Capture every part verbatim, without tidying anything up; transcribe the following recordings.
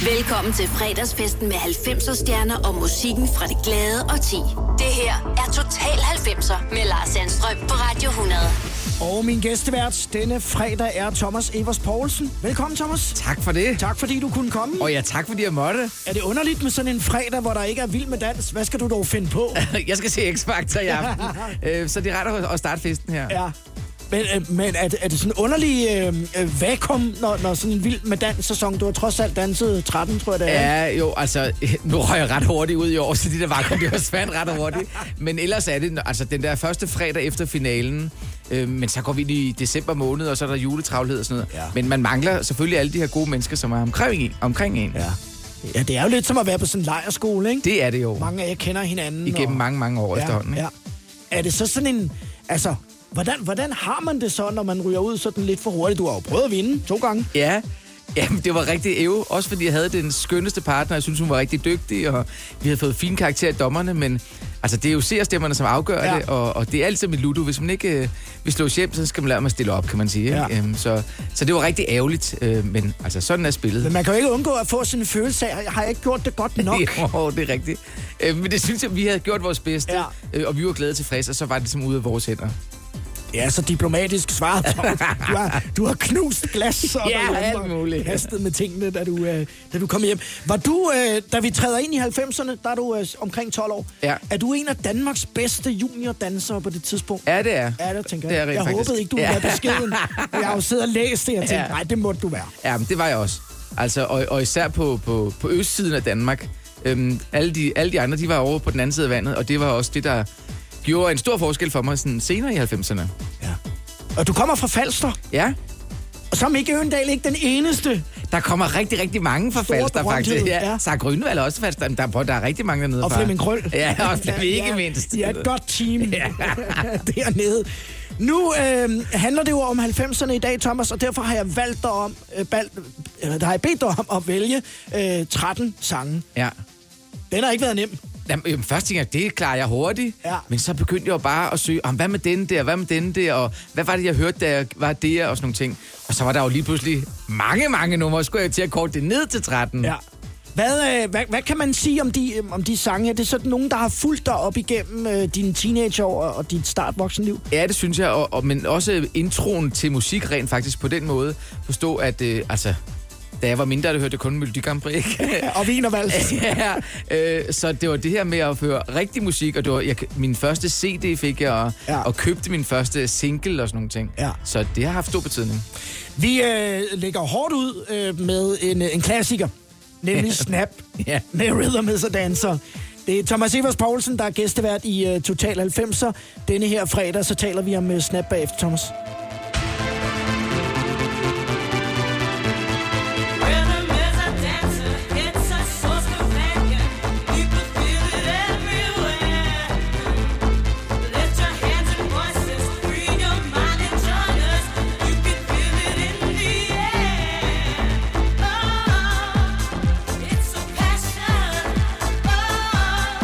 Velkommen til fredagsfesten med halvfemser stjerner og musikken fra det glade årti. Det her er Total halvfemser med Lars Sandstrøm på Radio hundrede. Og min gæstevært denne fredag er Thomas Evers Poulsen. Velkommen, Thomas. Tak for det. Tak fordi du kunne komme. Og ja, tak fordi jeg måtte. Er det underligt med sådan en fredag, hvor der ikke er vild med dans? Hvad skal du dog finde på? Jeg skal se X-Factor i aften. øh, så det er ret at starte festen her. Ja. Men, øh, men er, det, er det sådan en underlig øh, vakuum, når, når sådan en vild med dans-sæson? Du har trods alt danset tretten, tror jeg det er. Ja, jo, altså, nu røg jeg ret hurtigt ud i år, så de der vakuum, det forsvandt ret hurtigt. Men ellers er det, altså den der første fredag efter finalen, øh, men så går vi ind i december måned, og så er der juletravlhed og sådan noget. Ja. Men man mangler selvfølgelig alle de her gode mennesker, som er omkring, omkring en. Ja. Ja, det er jo lidt som at være på sådan en lejrskole, ikke? Det er det jo. Mange af jer kender hinanden. Igennem og... mange, mange år ja, efterhånden. Ikke? Ja. Er det så sådan en... Altså, hvordan, hvordan har man det så, når man ryger ud sådan lidt for hurtigt? Du har jo prøvet at vinde to gange. Ja, jamen, det var rigtig æve. Også fordi jeg havde den skønneste partner. Jeg synes, hun var rigtig dygtig, og vi havde fået fine karakterer i dommerne, men altså, det er jo seerstemmerne, som afgør ja. det, og, og det er altid med Ludo. Hvis man ikke øh, vil slås hjem, så skal man lade mig stille op, kan man sige. Ja. Øhm, så, så det var rigtig ærgerligt, øh, men altså, sådan er spillet. Men man kan jo ikke undgå at få sådan en følelse af, har jeg ikke gjort det godt nok? Jo, det er rigtigt. Øh, men det synes jeg, vi havde gjort vores bedste, ja. øh, og vi var glade tilfredse, og så var det ligesom ude af vores hænder. Ja, så diplomatisk svaret. Du har, du har knust glas og ja, alt muligt. Kastet med tingene, da du, øh, da du kom hjem. Var du, øh, da vi træder ind i halvfemserne, der er du øh, omkring tolv år. Ja. Er du en af Danmarks bedste juniordansere på det tidspunkt? Ja, det er. Ja, det tænker det er jeg. Jeg, jeg faktisk. håbede ikke, du ville være beskeden. Jeg har jo siddet og læst det, og tænkt, nej, ja. det måtte du være. Ja, men det var jeg også. Altså, og, og især på, på, på østsiden af Danmark. Øhm, alle, de, alle de andre, de var over på den anden side af vandet, og det var også det, der gjorde en stor forskel for mig sådan senere i halvfemserne. Ja. Og du kommer fra Falster. Ja. Og så er Mikke Øgendahl ikke den eneste. Der kommer rigtig, rigtig mange fra Falster, faktisk. Ja. Ja. Så Grønvald er også Falster. Der, der er rigtig mange dernede. Og Flemming Krøll. Ja, og Flemming ikke ja, mindst. Ja, et godt team ja. dernede. Nu øh, handler det jo om halvfemserne i dag, Thomas, og derfor har jeg valgt dig om, øh, valgt, øh, der har jeg bedt dig om at vælge øh, tretten sange. Ja. Den har ikke været nem. Jamen, først tænkte jeg, det klarer jeg hurtigt. Ja. Men så begyndte jeg jo bare at søge, om hvad med den der, hvad med den der, og hvad var det, jeg hørte, der var det, og sådan nogle ting. Og så var der jo lige pludselig mange, mange numre, skulle jeg til at korte det ned til tretten. Ja. Hvad, øh, hvad, hvad kan man sige om de, om de sange? Er det sådan nogen, der har fulgt dig op igennem øh, dine teenageår og, og dit startvoksenliv? Ja, det synes jeg, og, og, men også introen til musik rent faktisk på den måde. Forstå, at øh, altså... Da jeg var mindre, der hørte jeg kun Melodi Grand Prix. Og Wienervals. Ja, øh, så det var det her med at høre rigtig musik, og det var, jeg, min første C D fik jeg, og, ja. og købte min første single og sådan nogle ting. Ja. Så det har haft stor betydning. Vi øh, lægger hårdt ud øh, med en, en klassiker, nemlig Snap, ja. med Rhythm is a Dancer. Det er Thomas Evers Poulsen, der er gæstevært i uh, Total halvfemser. Denne her fredag, så taler vi om uh, Snap bagefter, Thomas.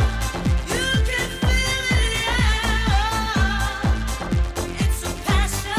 Passion.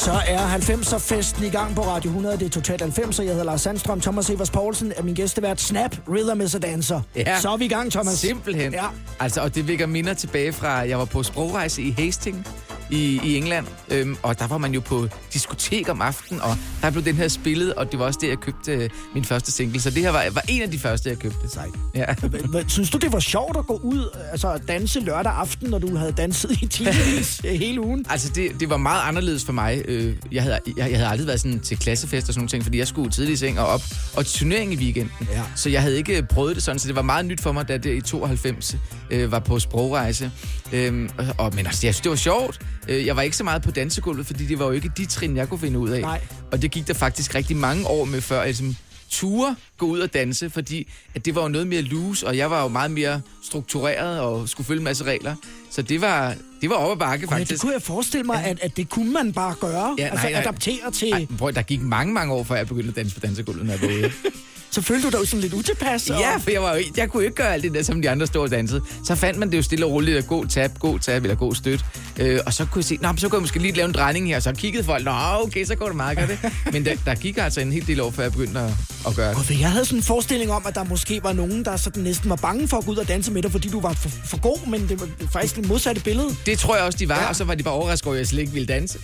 Så er halvfemser-festen i gang på Radio hundrede. Det er Total halvfemser. Jeg hedder Lars Sandstrøm. Thomas Evers Poulsen er min gæstevært. Snap, Rhythm is a Dancer. Ja. Så er vi i gang, Thomas. Simpelthen. Ja. Altså, og det vækker minder tilbage fra, jeg var på sprogrejse i Hastings i, i England. Øhm, og der var man jo på diskotek om aftenen, og der blev den her spillet, og det var også det, jeg købte øh, min første single. Så det her var, var en af de første, jeg købte. Sejt. Ja. Synes du, det var sjovt at gå ud, altså at danse lørdag aften, når du havde danset i timevis hele ugen? Altså, det, det var meget anderledes for mig. Jeg havde, jeg, jeg havde aldrig været sådan til klassefest og sådan nogle ting, fordi jeg skulle tidlig i seng og op, og til turnering i weekenden. Ja. Så jeg havde ikke prøvet det sådan, så det var meget nyt for mig, da det i tooghalvfems øh, var på sprogrejse. Øhm, og, men altså, jeg synes, det var sjovt. Jeg var ikke så meget på dansegulvet, fordi det var jo ikke de trin, jeg kunne finde ud af. Nej. Og det gik der faktisk rigtig mange år med, før jeg ligesom ture gå ud og danse, fordi at det var jo noget mere loose, og jeg var jo meget mere struktureret og skulle følge en masse regler. Så det var, det var op ad bakke, faktisk. Ja, det kunne jeg forestille mig, ja. at, at det kunne man bare gøre. Ja, nej, altså nej. adaptere til... Ej, prøv, der gik mange, mange år, før jeg begyndte at danse på dansegulvet, når jeg var ude. Så følte du dig jo sådan lidt utilpas? Og... Ja, for jeg, var jo, jeg kunne ikke gøre alt det der, som de andre stod og dansede. Så fandt man det jo stille og roligt, at god tab, god tab eller god støt. Øh, og så kunne jeg se, nå, så kunne jeg måske lige lave en drejning her, og så kiggede folk, nå, okay, så går det meget, gør det. Men der, der gik altså en hel del år, før jeg begyndte at, at gøre det. Og jeg havde sådan en forestilling om, at der måske var nogen, der sådan næsten var bange for at gå ud og danse med dig, fordi du var for, for god, men det var faktisk det modsatte billede. Det tror jeg også, de var, ja. Og så var de bare overrasket over, at jeg slet ikke ville danse.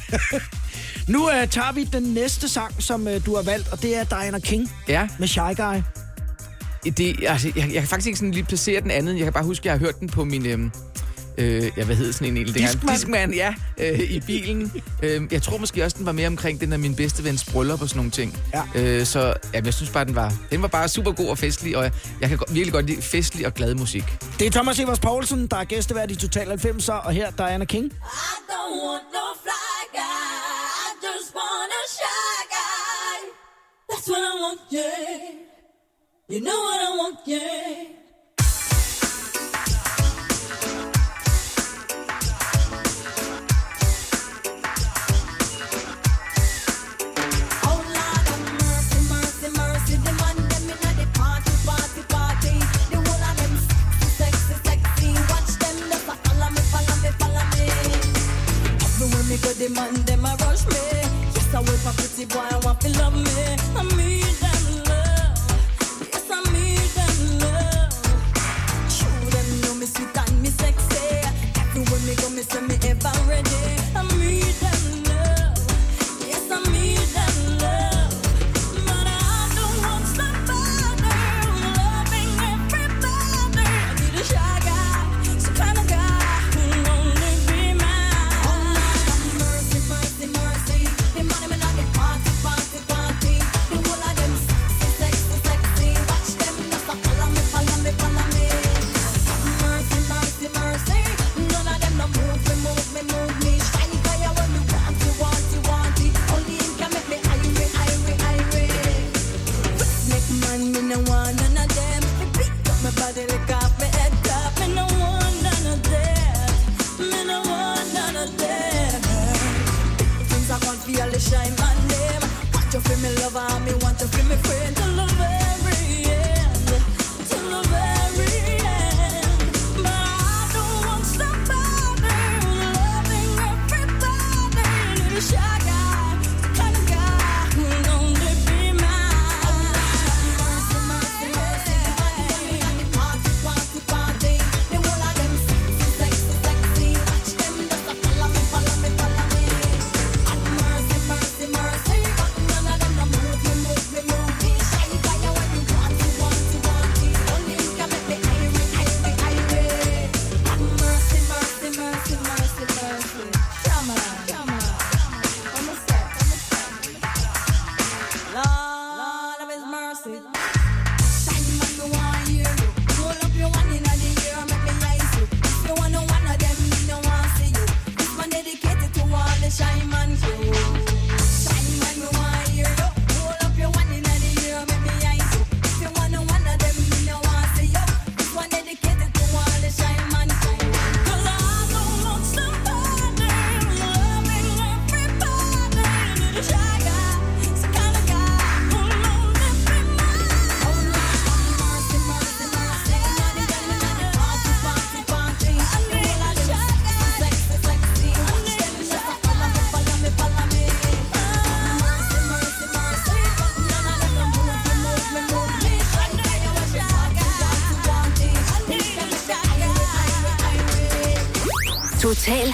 Nu uh, tager vi den næste sang, som uh, du har valgt, og det er Diana King ja. med Shy Guy. Det, altså, jeg, jeg kan faktisk ikke sådan lige placere den anden. Jeg kan bare huske, at jeg har hørt den på min... Øh, øh, ja, hvad hedder sådan en egentlig? Discman. Discman, ja, øh, i bilen. øh, jeg tror måske også, den var mere omkring den af min bedste vens bryllup og sådan nogle ting. Ja. Øh, så ja, jeg synes bare, den var, den var bare super god og festlig, og jeg, jeg kan virkelig godt lide festlig og glad musik. Det er Thomas Evers Poulsen, der er gæstevært i Total halvfemser, og her Diana King. I don't want no fly guy, I just want a shy guy. That's what I want, yeah. You know what I want, yeah. The man, them a rush me. Yes, I wait for pretty boy, I want to love me. I need them love. Yes, I need them love. Show them know me sweet and me sexy. Everywhere me go, me say me ever ready. I need them love. Yes, I need them love. But I don't want somebody loving everybody. I need a shy guy, some kind of guy who only be mine. Mercy, mercy, mercy. The money me not the party, party, party. The whole of them sexy, sexy, sexy. Watch them just a follow me, follow me, follow me. Mercy, mercy, mercy. None of them no move me, move me, move me. Shiny fire when me want you, want you, want it. Only him can make me irate, irate, irate. Make man, me no want none of them. Me pick up my body, lick off my head top. Me no want none of them. Me no want none of them. Things I can't feel the shine man them. Want you feel me lover, me want you feel me friend. Till the very end, till the very end. But I don't want somebody loving everybody. Need a shy guy, the kind of guy who'll only be mine. Mercy, mercy, mercy. Party, party, party. The whole of them sexy, sexy, sexy. Watch them just a follow me, follow me, follow me. Mercy, mercy, mercy. None of them no move me, move me, move me. Shy guy, when you want to, want to, want it. Only you can make me irate, irate, irate. Mercy, mercy, mercy, mercy, mercy. Come on, come on. Come on, step, come on, step. Lord of His mercy. Shine man, me want hear you. Roll up your one inna the air, make me eyes you. If you want no one of them, me no want see you. This one dedicated to all the shy man crew. Shine man, me want hear you. Roll up your one inna the air, make me eyes you. If you want no one of them, me no want see you. This one dedicated to all the shy man crew. 'Cause I don't want somebody loving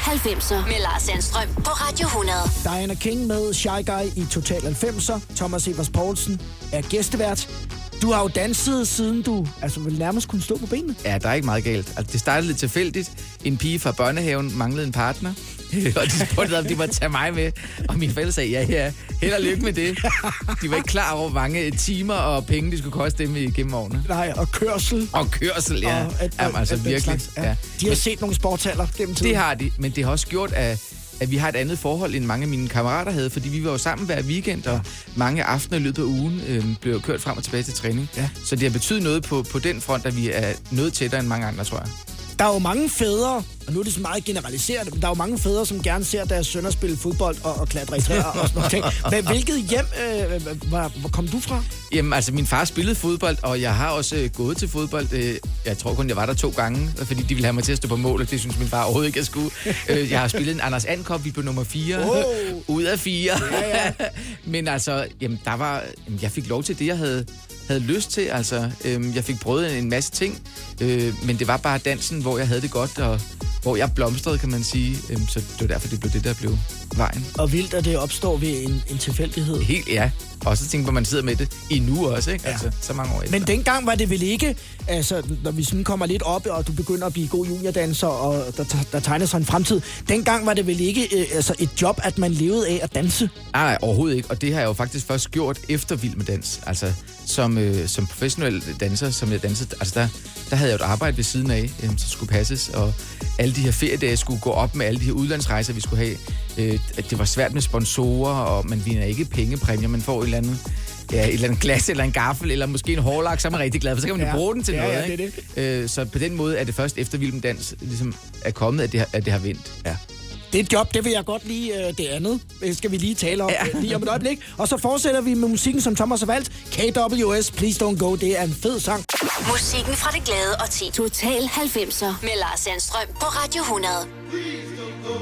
halvfemser med Lars Sandstrøm på Radio hundrede. Diana King med Shy Guy i Total halvfemser. Thomas Evers Poulsen er gæstevært. Du har jo danset, siden du altså vil nærmest kunne stå på benene. Ja, der er ikke meget galt. Altså, det startede lidt tilfældigt. En pige fra børnehaven manglede en partner. Og de spurgte, om de måtte tage mig med. Og min forældre sagde, ja, ja, held og lykke med det. De var ikke klar over, hvor mange timer og penge, de skulle koste dem igennem årene. Nej, og kørsel. Og kørsel, ja. Og at, Jamen, altså at virkelig. Slags, ja. Ja. De har men, set nogle sportshaller gennem tiden. Det har de, men det har også gjort, at, at vi har et andet forhold, end mange af mine kammerater havde. Fordi vi var jo sammen hver weekend, og mange aftener i løbet af ugen øh, blev kørt frem og tilbage til træning. Ja. Så det har betydet noget på, på den front, at vi er noget tættere end mange andre, tror jeg. Der er jo mange fædre, og nu er det så meget generaliseret, men der er jo mange fædre, som gerne ser deres sønner spille fodbold og, og klatre i træer og sådan noget ting. Men hvilket hjem øh, hvor, hvor kom du fra? Jamen, altså, min far spillede fodbold, og jeg har også øh, gået til fodbold. Øh, jeg tror kun, jeg var der to gange, fordi de ville have mig til at stå på mål, og det synes min far overhovedet ikke, jeg skulle. øh, jeg har spillet en Anders And-Cup, vi blev nummer fire. Oh. Ud af fire. Ja, ja. Men altså, jamen, der var, jamen, jeg fik lov til det, jeg havde... havde lyst til, altså. Øhm, jeg fik prøvet en masse ting, øh, men det var bare dansen, hvor jeg havde det godt, og hvor jeg blomstrede, kan man sige. Øhm, så det var derfor, det blev det, der blev vejen. Og vildt, at det opstår ved en, en tilfældighed. Helt, ja. Og så tænker man, man sidder med det i nu også, ikke? Ja. Altså, så mange år efter. Men dengang var det vel ikke, altså, når vi sådan kommer lidt op, og du begynder at blive god juniordanser, og der, der tegner sig en fremtid. Dengang var det vel ikke øh, altså et job, at man levede af at danse? Nej, nej, overhovedet ikke. Og det har jeg jo faktisk først gjort efter Vild med Dans. Altså, som, øh, som professionel danser, som jeg dansede, altså der, der havde jeg jo et arbejde ved siden af, øh, som skulle passes, og alle de her feriedage skulle gå op med alle de her udlandsrejser, vi skulle have. Øh, det var svært med sponsorer, og man vinder ikke pengepræmier, man får et eller andet, ja, et eller andet glas eller en gaffel, eller måske en hårlak, så er man rigtig glad for, så kan man jo ja. bruge den til ja, noget. Ja, ikke? Det er det. Øh, så på den måde er det først efter Vild med Dans ligesom er kommet, at det har, at det har vendt. Ja. Det er et job, det vil jeg godt lide. Det andet det skal vi lige tale om ja. lige om et øjeblik. Og så fortsætter vi med musikken, som Thomas har valgt. K W S, Please Don't Go, det er en fed sang. Musikken fra det glade og ti. Total halvfemser med Lars Sandstrøm på Radio hundrede. Please don't go.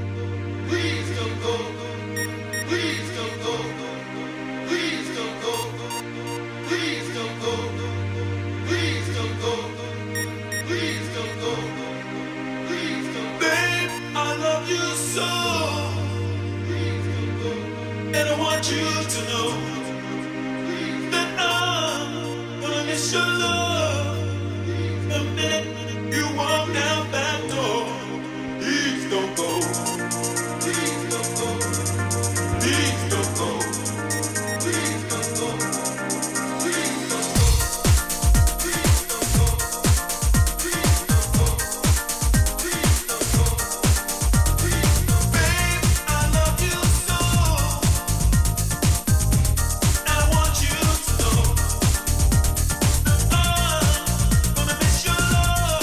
Please don't go. Please don't go. Please don't go. Please don't go. Please don't go. Please don't go. Please don't go. Babe, I love you so. Please don't go. And I want you to know that I'm gonna miss your love the minute you walk down that door. Please don't go. Please don't go. Please don't go. Please don't go. Please don't go. Please don't go. Please don't go. Please don't go. Please don't go. Babe, I love you so. I want you to know that I'm gonna miss your love.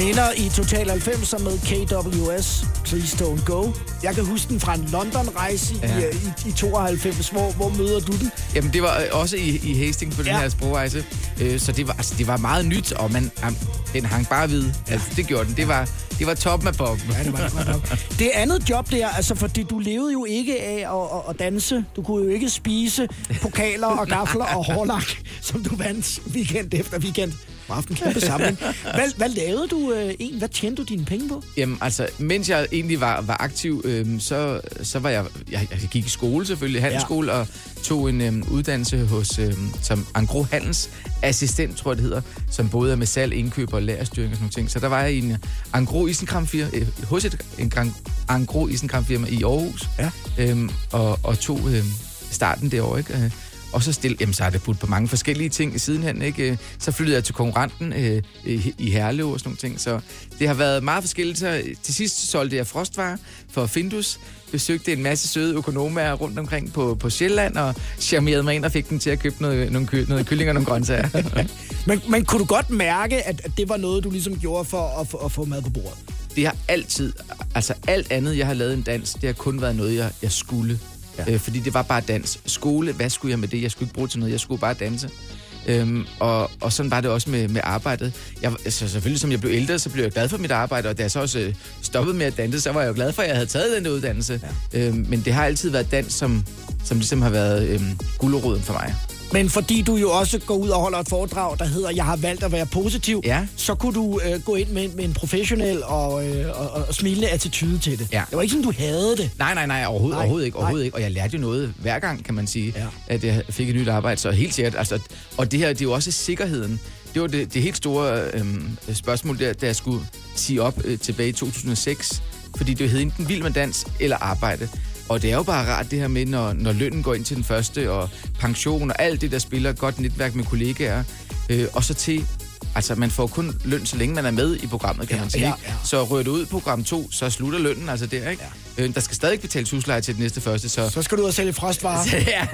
minder i Total halvfemser med K W S, Please Don't Go. Jeg kan huske den fra en London-rejse ja. i, i, i tooghalvfems. Hvor, hvor møder du den? Jamen, det var også i, i Hastings på den ja. her sprogrejse. Øh, så det var, altså, det var meget nyt, og man, um, den hang bare ved. Altså, det gjorde den. Det var, det var toppen af poppen. Ja, det var godt nok. Det andet job der, altså, fordi du levede jo ikke af at, at, at danse. Du kunne jo ikke spise pokaler og gafler og hårlak, som du vandt weekend efter weekend. Bare haft en kæmpe samling. Hvad, hvad lavede du øh, en? Hvad tjente du dine penge på? Jamen, altså, mens jeg egentlig var, var aktiv, øh, så, så var jeg, jeg... Jeg gik i skole selvfølgelig, handelsskole, ja. og tog en øh, uddannelse hos, øh, som Engros handelsassistent, tror jeg det hedder, som både er med salg, indkøb og lagerstyring og sådan nogle ting. Så der var jeg i en Engros isenkramfirma, øh, hos et en Engros isenkramfirma i Aarhus, ja. øh, og, og tog øh, starten derovre, ikke? Og så stille, jamen, så har det budt på mange forskellige ting sidenhen, ikke? Så flyttede jeg til konkurrenten øh, i Herlev og sådan nogle ting. Så det har været meget forskelligt. Så til sidst solgte jeg frostvarer for Findus. Besøgte en masse søde økonomer rundt omkring på, på Sjælland, og charmerede mig ind og fik dem til at købe noget, nogle kø, noget kylling og nogle grøntsager. men, men kunne du godt mærke, at, at det var noget, du ligesom gjorde for at, for at få mad på bordet? Det har altid, altså alt andet, jeg har lavet en dans, det har kun været noget, jeg, jeg skulle. Ja. Øh, fordi det var bare dans. Skole, hvad skulle jeg med det? Jeg skulle ikke bruge til noget, jeg skulle bare danse. Øhm, og, og sådan var det også med, med arbejdet. Jeg, altså, selvfølgelig, som jeg blev ældre, så blev jeg glad for mit arbejde, og da jeg så også øh, stoppede med at danse, så var jeg jo glad for, at jeg havde taget den der uddannelse. Ja. Øhm, men det har altid været dans, som, som ligesom har været øhm, guleroden for mig. Men fordi du jo også går ud og holder et foredrag, der hedder, jeg har valgt at være positiv, ja. så kunne du øh, gå ind med, med en professionel og, øh, og, og smilende attitude til det. Ja. Det var ikke sådan, du havde det. Nej, nej, nej, overhovedet, nej, overhovedet ikke. Overhovedet nej. ikke. Og jeg lærte jo noget hver gang, kan man sige, ja. at jeg fik et nyt arbejde. Så helt sikkert. Altså, og det her, det er jo også sikkerheden. Det var det, det helt store øh, spørgsmål, der, da jeg skulle sige op øh, tilbage i to tusind og seks. Fordi det hed enten vild med dans eller arbejde. Og det er jo bare rart det her med, når, når lønnen går ind til den første, og pension og alt det, der spiller godt netværk med kollegaer. Øh, og så til, altså man får kun løn, så længe man er med i programmet, kan ja, man sige. Ja, ja. Så rører du ud på program to, så slutter lønnen, altså der, ikke? Ja. Øh, der skal stadig betales husleje til den næste første, så... Så skal du ud og sælge frostvarer. Ja.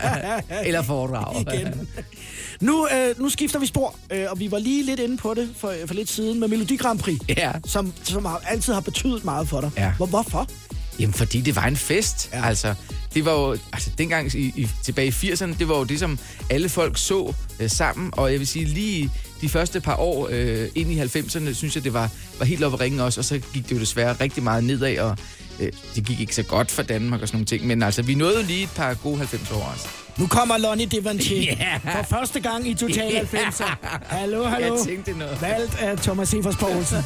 Eller foredrag. Igen. Nu, øh, nu skifter vi spor, øh, og vi var lige lidt inde på det for, for lidt siden med Melodi Grand Prix, ja. som, som har, altid har betydet meget for dig. Ja. Hvor, hvorfor? Jamen, fordi det var en fest. Ja. Altså, det var jo, altså dengang i, i, tilbage i firserne, det var jo det, som alle folk så øh, sammen. Og jeg vil sige, lige de første par år øh, ind i halvfemserne, synes jeg, det var, var helt oppe at ringe også. Og så gik det jo desværre rigtig meget nedad, og øh, det gik ikke så godt for Danmark og sådan nogle ting. Men altså, vi nåede lige et par gode halvfems år også. Nu kommer Lonnie Devanché yeah. for første gang i Total halvfemser. Yeah. Hallo, hallo. Jeg tænkte noget. Valgt af Thomas Evers Poulsen.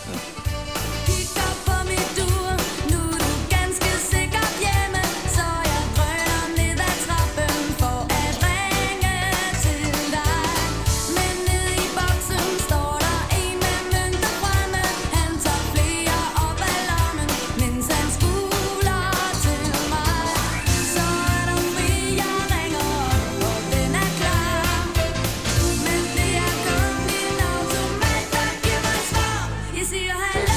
You see your head.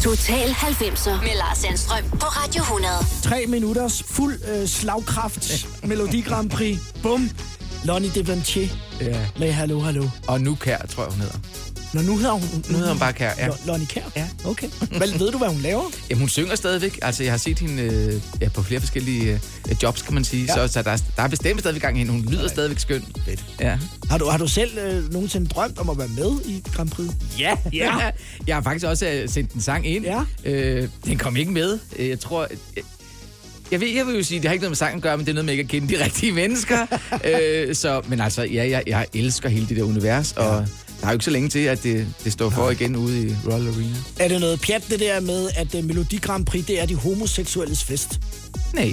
Total halvfemser med Lars Sandstrøm på Radio hundrede. Tre minutters fuld øh, slagkraft. Melodi Grand Prix. Bum. Lonnie Devanché Ja. med Hallo, Hallo. Og nu Kær, tror jeg, hun hedder. Nå, nu hedder hun... Nu hedder hun bare Kær, ja. Lo- Lonnie Kær? Ja. Okay. Hvad, ved du, hvad hun laver? Jamen, hun synger stadigvæk. Altså, jeg har set hende øh, ja, på flere forskellige øh, jobs, kan man sige. Ja. Så, så der, er, der er bestemt stadigvæk gang i hende. Hun lyder stadigvæk skøn. Fedt. Ja. Har du, har du selv øh, nogensinde drømt om at være med i Grand Prix? Ja, Ja. Jeg har faktisk også øh, sendt en sang ind. Ja. Øh, den kom ikke med. Øh, Jeg tror... Jeg, jeg, ved, jeg vil jo sige, det har ikke noget med sangen at gøre, men det er noget med ikke at kende de rigtige mennesker. øh, så, men altså, ja, jeg, jeg elsker hele det der univers, og der er jo ikke så længe til, at det, det står for igen ude i Royal Arena. Er det noget pjat, det der med, at uh, Melodi Grand Prix, det er de homoseksuelles fest? Nej.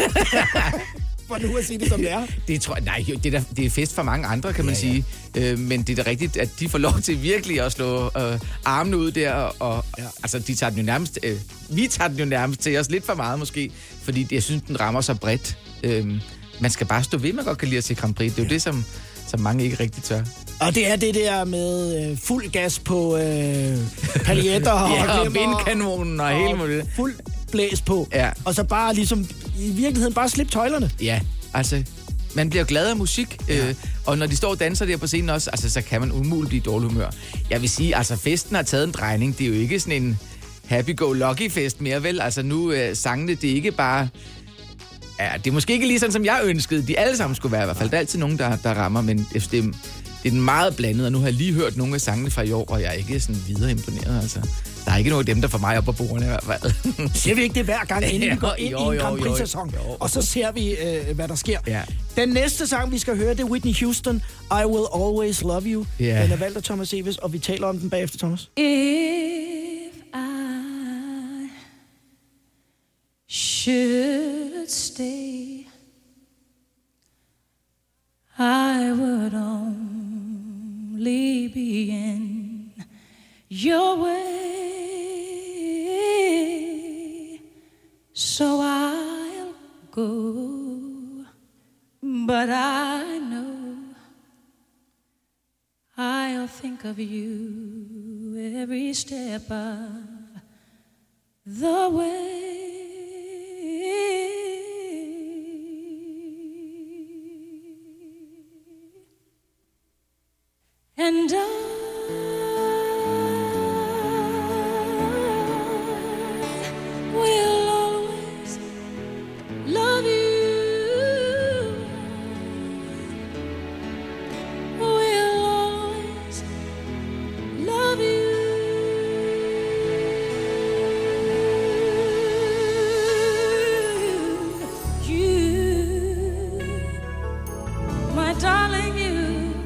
For nu at sige det, som det er. Det tror jeg, nej, det er, der, det er fest for mange andre, kan man Ja, ja. sige. Øh, men det er da rigtigt, at de får lov til virkelig at slå øh, armene ud der. Og, Ja. altså, de tager den jo nærmest, øh, vi tager den jo nærmest til os lidt for meget måske, fordi jeg synes, den rammer så bredt. Øh, man skal bare stå ved, man godt kan lide at se Grand Prix. Det er jo det, som, som mange ikke rigtig tør. Og det er det der med øh, fuld gas på øh, paljetter Ja, og glimmer vindkanonen og hele muligt. fuld blæs på. Ja. Og så bare ligesom, i virkeligheden bare slippe tøjlerne. Ja, altså, man bliver glad af musik, ja. øh, og når de står og danser der på scenen også, altså, så kan man umuligt blive i dårlig humør. Jeg vil sige, altså, festen har taget en drejning. Det er jo ikke sådan en happy-go-lucky-fest mere, vel? Altså, nu øh, sangene, det er ikke bare... Ja, det er måske ikke lige sådan, som jeg ønskede. De alle sammen skulle være i hvert fald. Der er altid nogen, der, der rammer, men det, det, det er den meget blandet, og nu har jeg lige hørt nogle af sangene fra i år, og jeg er ikke sådan videre imponeret, altså. Der er ikke nogen af dem, der får mig op på bordene i hvert fald. Ser vi ikke det hver gang, inden vi går ind Jo, i en jo, Grand jo, Prix-sæson? jo. Og så ser vi, øh, hvad der sker. Ja. Den næste sang, vi skal høre, det er Whitney Houston, I Will Always Love You. Ja. Den er valgt af Thomas Eves, og vi taler om den bagefter, Thomas. If I should stay, I would only be in your way, so I'll go, but I know I'll think of you every step of the way. And I will always love you. Will always love you. You, my darling, you.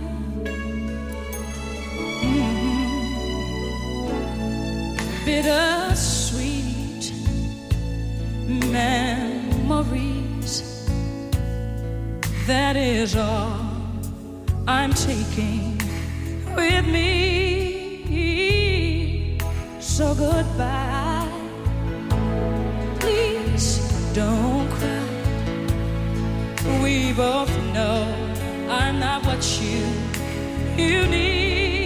Bittersweet memories, that is all I'm taking with me. So goodbye, please don't cry. We both know I'm not what you, you need.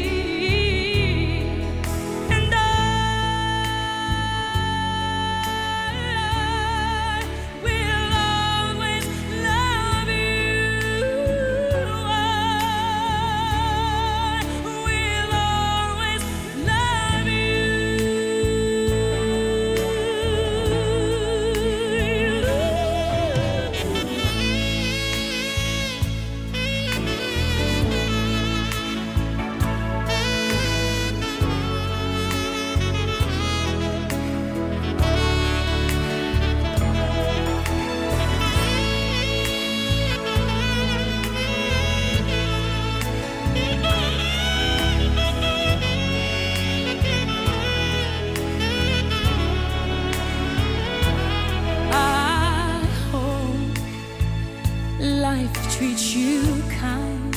Treat you kind,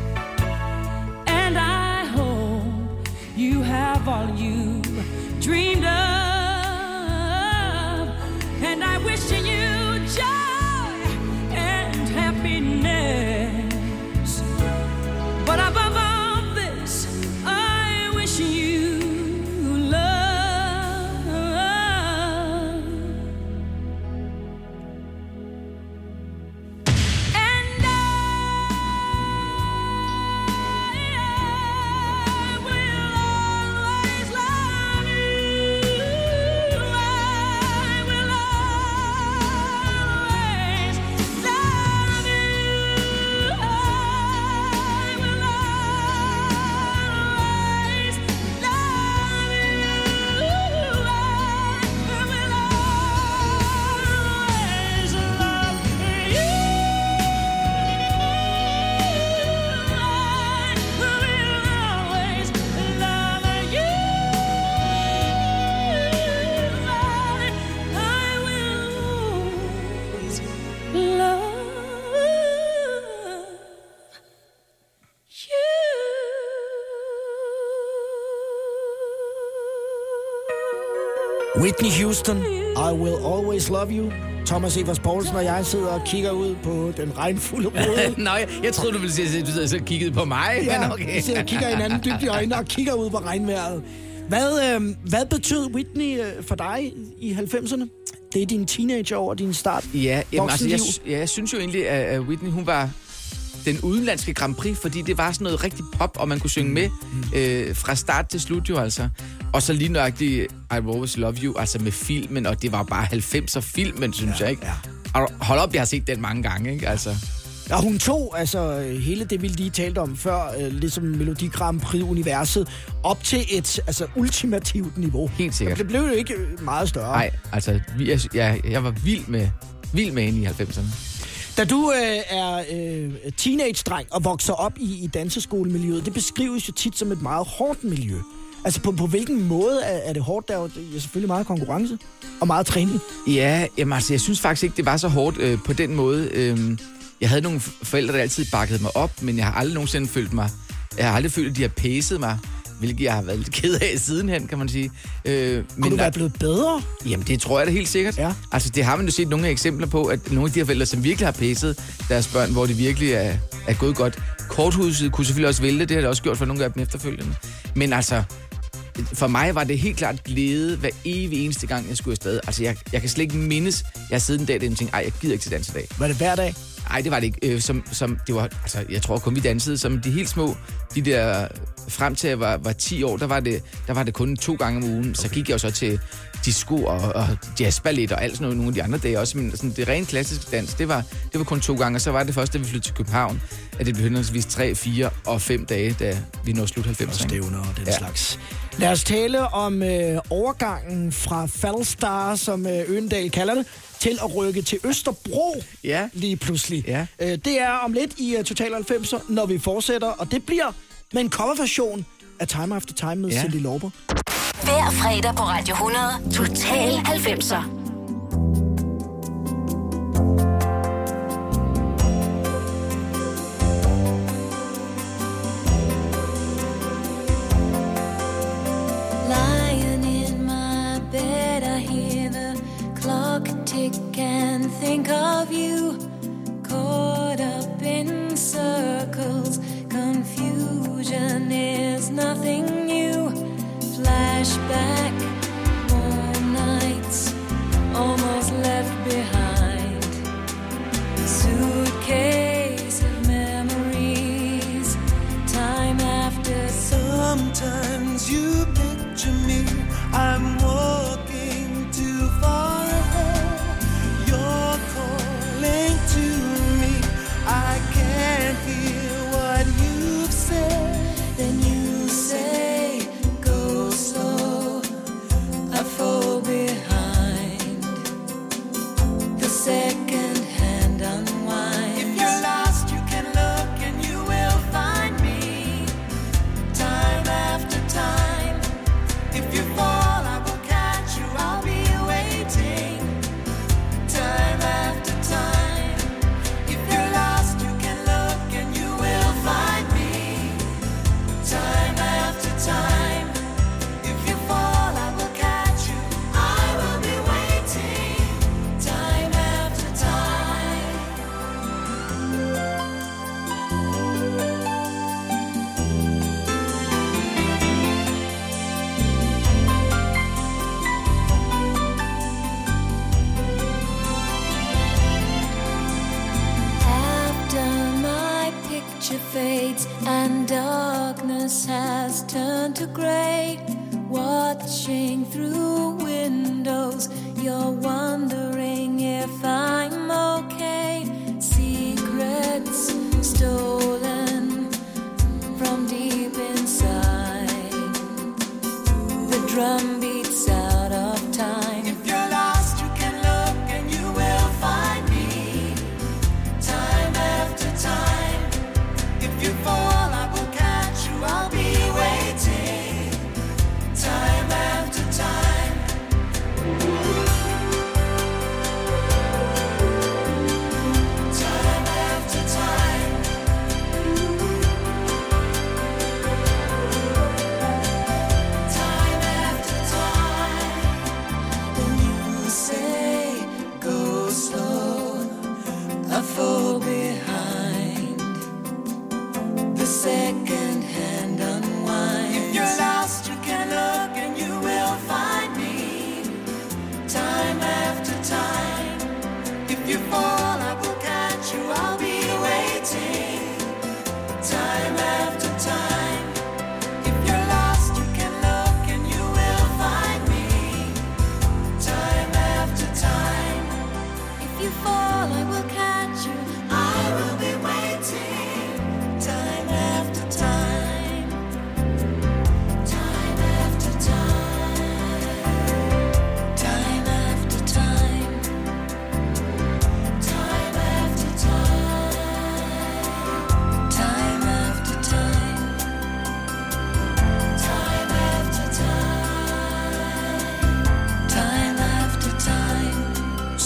and I hope you have all you dreamed of, and I wish you joy and happiness, but above all this, I wish you love. Whitney Houston, I Will Always Love You. Thomas Evers Poulsen og jeg sidder og kigger ud på den regnfulde rode. Nej, jeg troede, du ville sige, at du sidder og kiggede på mig. Ja, men okay. vi sidder og kigger hinanden dybt i øjnene og kigger ud på regnvejret. Hvad, øh, hvad betød Whitney øh, for dig i halvfemserne? Det er din teenageår og din start. Ja, jamen, altså, jeg, ja, jeg synes jo egentlig, at Whitney, hun var den udenlandske Grand Prix, fordi det var sådan noget rigtig pop, og man kunne synge med øh, fra start til slut jo altså. Og så lige nøjagtigt I Will Always Love You, altså med filmen, og det var bare halvfemser filmen, synes ja, jeg, ikke? Ja. Og hold op, jeg har set den mange gange, ikke? Altså. Ja, hun tog altså hele det, vi lige talte om før, øh, ligesom Melodi Grand Prix-universet, op til et altså, ultimativt niveau. Helt sikkert. Det blev jo ikke meget større. Nej, altså, jeg, jeg, jeg var vild med, vild med hende i halvfemserne. Da du øh, er øh, teenage-dreng og vokser op i, i danseskolemiljøet, det beskrives jo tit som et meget hårdt miljø. Altså, på, på hvilken måde er, er det hårdt? Der er jo selvfølgelig meget konkurrence og meget træning. Ja, jamen, altså, jeg synes faktisk ikke, det var så hårdt øh, på den måde. Øh, jeg havde nogle forældre, der altid bakkede mig op, men jeg har aldrig nogensinde følt mig... Jeg har aldrig følt, at de har pæset mig, hvilket jeg har været lidt ked af sidenhen, kan man sige. Øh, men Kunne du være blevet bedre? Jamen, det tror jeg da helt sikkert. Ja. Altså, det har man jo set nogle eksempler på, at nogle af de her forældre, som virkelig har pæset deres børn, hvor det virkelig er, er gået godt. Korthuset kunne selvfølgelig også vælte, det har det også gjort for nogle af dem efterfølgende. Men altså... For mig var det helt klart glæde hver evig eneste gang, jeg skulle afsted. Altså, jeg, jeg kan slet ikke mindes, jeg sidder en dag, der tænkte, ej, jeg gider ikke til dans i dag. Var det hver dag? Nej, det var det ikke. Øh, som, som, det var, altså, jeg tror kun, vi dansede som de helt små. De der, frem til jeg var, var ti år, der var, det, der var det kun to gange om ugen. Okay. Så gik jeg jo så til disco og, og jazzballet og alt sådan noget nogle af de andre dage også. Men sådan, det rent klassiske dans, det var, det var kun to gange. Og så var det først, da vi flyttede til København, at det blev henholdsvis tre, fire og fem dage, da vi nåede slut halvfemserne. Stævner og den ja. slags. Lad os tale om øh, overgangen fra Falstar, som øh, Øgendal kalder det, til at rykke til Østerbro ja. lige pludselig. Ja. Øh, det er om lidt i uh, Total halvfemser, når vi fortsætter, og det bliver med en coverversion af Time After Time med ja. Cyndi Lauper. Hver fredag på Radio hundrede, Total halvfemser. Can think of you caught up in circles. Confusion is nothing new. Flashback, more nights almost left behind. Suitcase of memories. Time after. Sometimes you picture me. I'm walking too far ahead. You're calling to me. I can't hear what you've said. Then you say, go slow. I fall behind. The second hand unwind. If you're lost, you can look and you will find me. Time after time. If you fall, I will catch you. I'll be waiting. Time after time. If you're lost, you can look and you will find me. Time after time. If you fall, I will catch you. I will be waiting. Time after time. After my picture fades and darkness has turned to gray, watching through windows, you're wondering if I'm okay. Secrets stolen from deep inside. The drum beats out of time. If you're lost, you can look and you will find me. Time after time. If you fall, I will catch you. I'll be waiting. Time after time. Time after time. Time after time.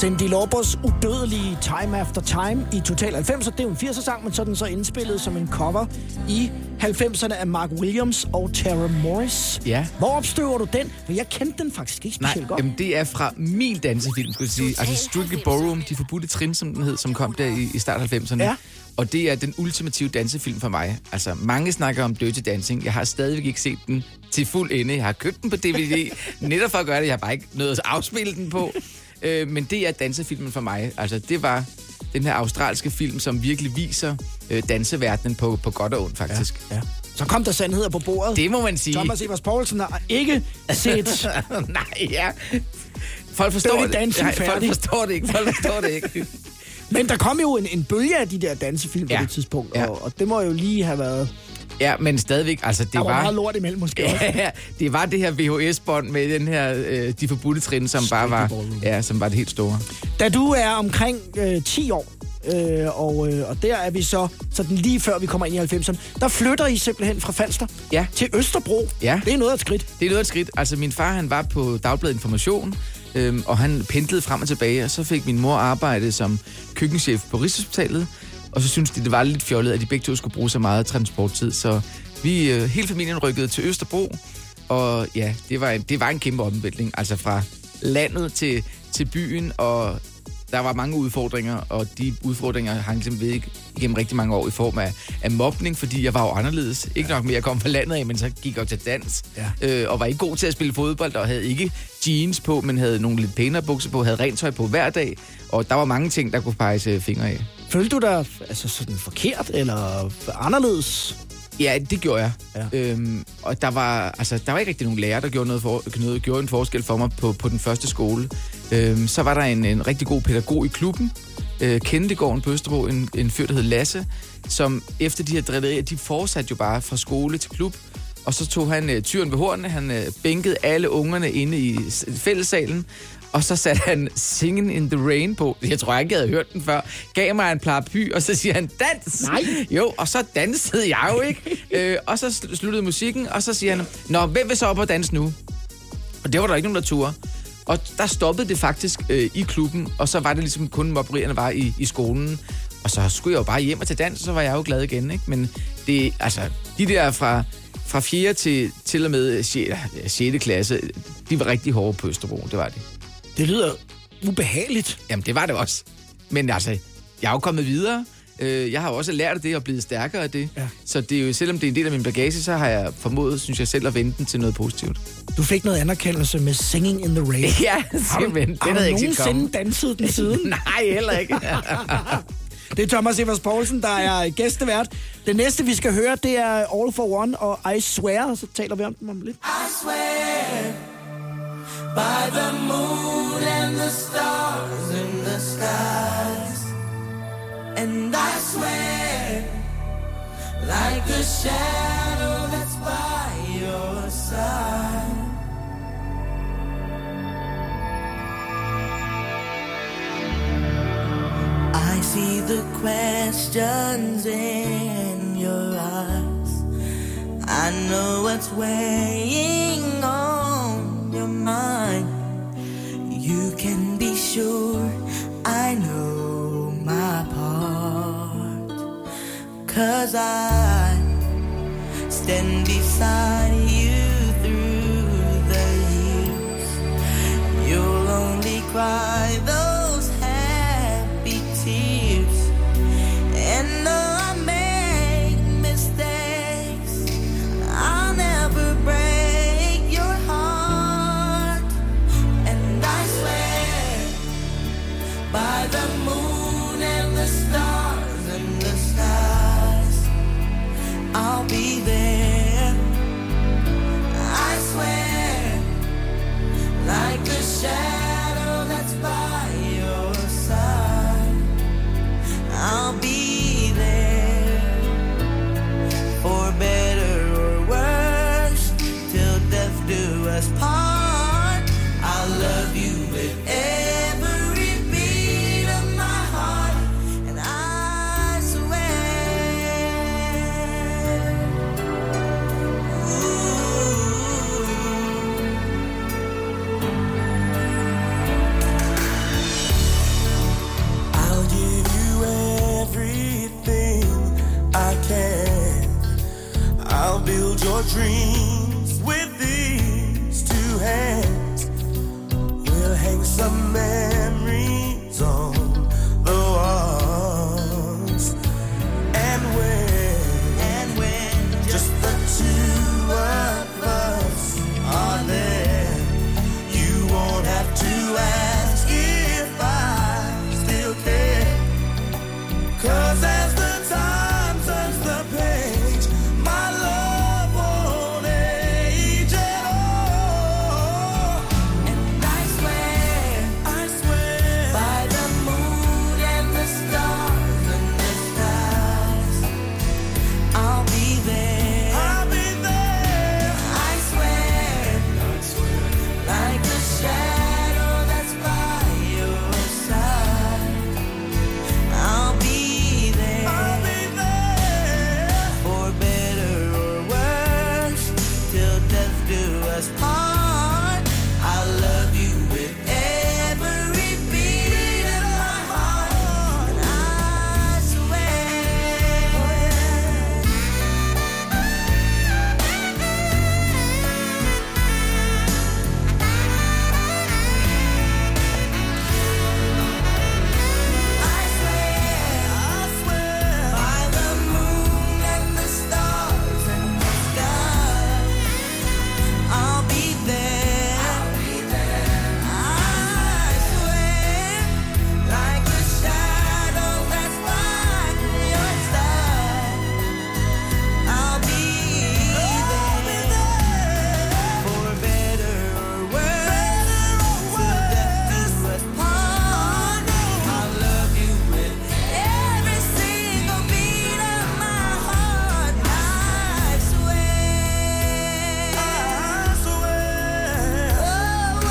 Cyndi Laupers udødelige Time After Time i Total halvfemser. Det er jo en firser-sang, men så er den så indspillet som en cover i halvfemserne af Mark Williams og Tara Morris. Ja. Hvor opstøver du den? For jeg kendte den faktisk ikke specielt Nej, godt. jamen det er fra min dansefilm, skulle jeg sige. Altså Strictly Ballroom, De Forbudte Trin, som den hed, som kom der i, i start halvfemserne. Ja. Og det er den ultimative dansefilm for mig. Altså, mange snakker om Dirty Dancing. Jeg har stadigvæk ikke set den til fuld ende. Jeg har købt den på D V D, netop for at gøre det. Jeg har bare ikke noget at afspille den på. Øh, men det er dansefilmen for mig. Altså, det var den her australske film, som virkelig viser øh, danseverdenen på, på godt og ondt, faktisk. Ja, ja. Så kom der sandheder på bordet. Det må man sige. Thomas Evers Poulsen har ikke set... Nej, ja. Folk forstår Dirty det. Dancing Nej, folk færdig. forstår det ikke. Folk forstår det ikke. Men der kom jo en, en bølge af de der dansefilm på Ja. det tidspunkt, Ja. og, og det må jo lige have været... Ja, men stadigvæk, altså det Der var, var... meget lort imellem måske også. Ja, det var det her V H S-bånd med den her øh, De Forbudte Trin, som bare var, ja, som var det helt store. Da du er omkring øh, ti år, øh, og, øh, og der er vi så, sådan lige før vi kommer ind i halvfemserne, der flytter I simpelthen fra Falster Ja. til Østerbro. Ja. Det er noget af et skridt. Det er noget af et skridt. Altså min far, han var på Dagbladet Information, øhm, og han pendlede frem og tilbage, og så fik min mor arbejde som køkkenchef på Rigshospitalet, og så syntes de, det var lidt fjollet, at de begge to skulle bruge så meget transporttid, så vi, øh, hele familien rykkede til Østerbro, og ja, det var en, det var en kæmpe omvæltning, altså fra landet til, til byen, og der var mange udfordringer, og de udfordringer hang simpelthen ved igennem rigtig mange år i form af, af mobning, fordi jeg var jo anderledes. Ikke nok med, at jeg kom fra landet af, men så gik jeg jo til dans, Ja. øh, og var ikke god til at spille fodbold, og havde ikke jeans på, men havde nogle lidt pænere bukser på, havde rent tøj på hver dag, og der var mange ting, der kunne peges øh, fingre af. Følte du dig altså sådan forkert eller anderledes? Ja, det gjorde jeg. Ja. Øhm, og der var, altså, der var ikke rigtig nogen lærer, der gjorde, noget for, noget, gjorde en forskel for mig på, på den første skole. Øhm, så var der en, en rigtig god pædagog i klubben, øh, Kendegården på Østerbro, en, en fyr, der hed Lasse, som efter de her drillerier, de fortsatte jo bare fra skole til klub, og så tog han øh, tyren ved hornene, han øh, bænkede alle ungerne inde i s- fællessalen, og så satte han Singin' in the Rain på. Jeg tror jeg ikke, jeg havde hørt den før. Gav mig en paraply, og så siger han, dans! Nej. Jo, og så dansede jeg jo ikke. øh, og så sl- sluttede musikken, og så siger han, nå, hvem vil så op og danse nu? Og det var der ikke nogen, der turde. Og der stoppede det faktisk øh, i klubben, og så var det ligesom kun mobberierne var i, i skolen. Og så skulle jeg jo bare hjem og til dans, og så var jeg jo glad igen, ikke? Men det, altså, de der fra, fra fjerde til, til og med sjette klasse, de var rigtig hårde på Østerbro, det var de. Det lyder ubehageligt. Jamen, det var det også. Men altså, jeg er jo kommet videre. Øh, Jeg har jo også lært af det og blevet stærkere af det. Ja. Så det er jo, selvom det er en del af min bagage, så har jeg formået, synes jeg selv, at vende den til noget positivt. Du fik noget anerkendelse med Singing in the Rain. Ja, simpelthen. Har Den du havde jeg ikke set komme. nogensinde danset den siden? Nej, heller ikke. Det er Thomas Evers Poulsen, der er gæstevært. Det næste, vi skal høre, det er All for One og I Swear, og så taler vi om dem om lidt. I swear by the moon and the stars in the skies, and I swear like a shadow that's by your side. I see the questions in your eyes. I know what's weighing on your mind. You can be sure I know my part, 'cause I stand beside you through the years. You'll only cry those happy tears, and though I make mistakes, I'll never break your heart. And I swear by the moon and the stars and the skies, I'll be there us part. I love you with every beat of my heart. I swear. I swear, I swear, by the moon and the stars and the sky, I'll be there. I'll be there. I swear, like a shadow that's by your side, I'll be there. For better or worse, till death do us part. I love you with every single beat of my heart. I swear. I swear. Oh,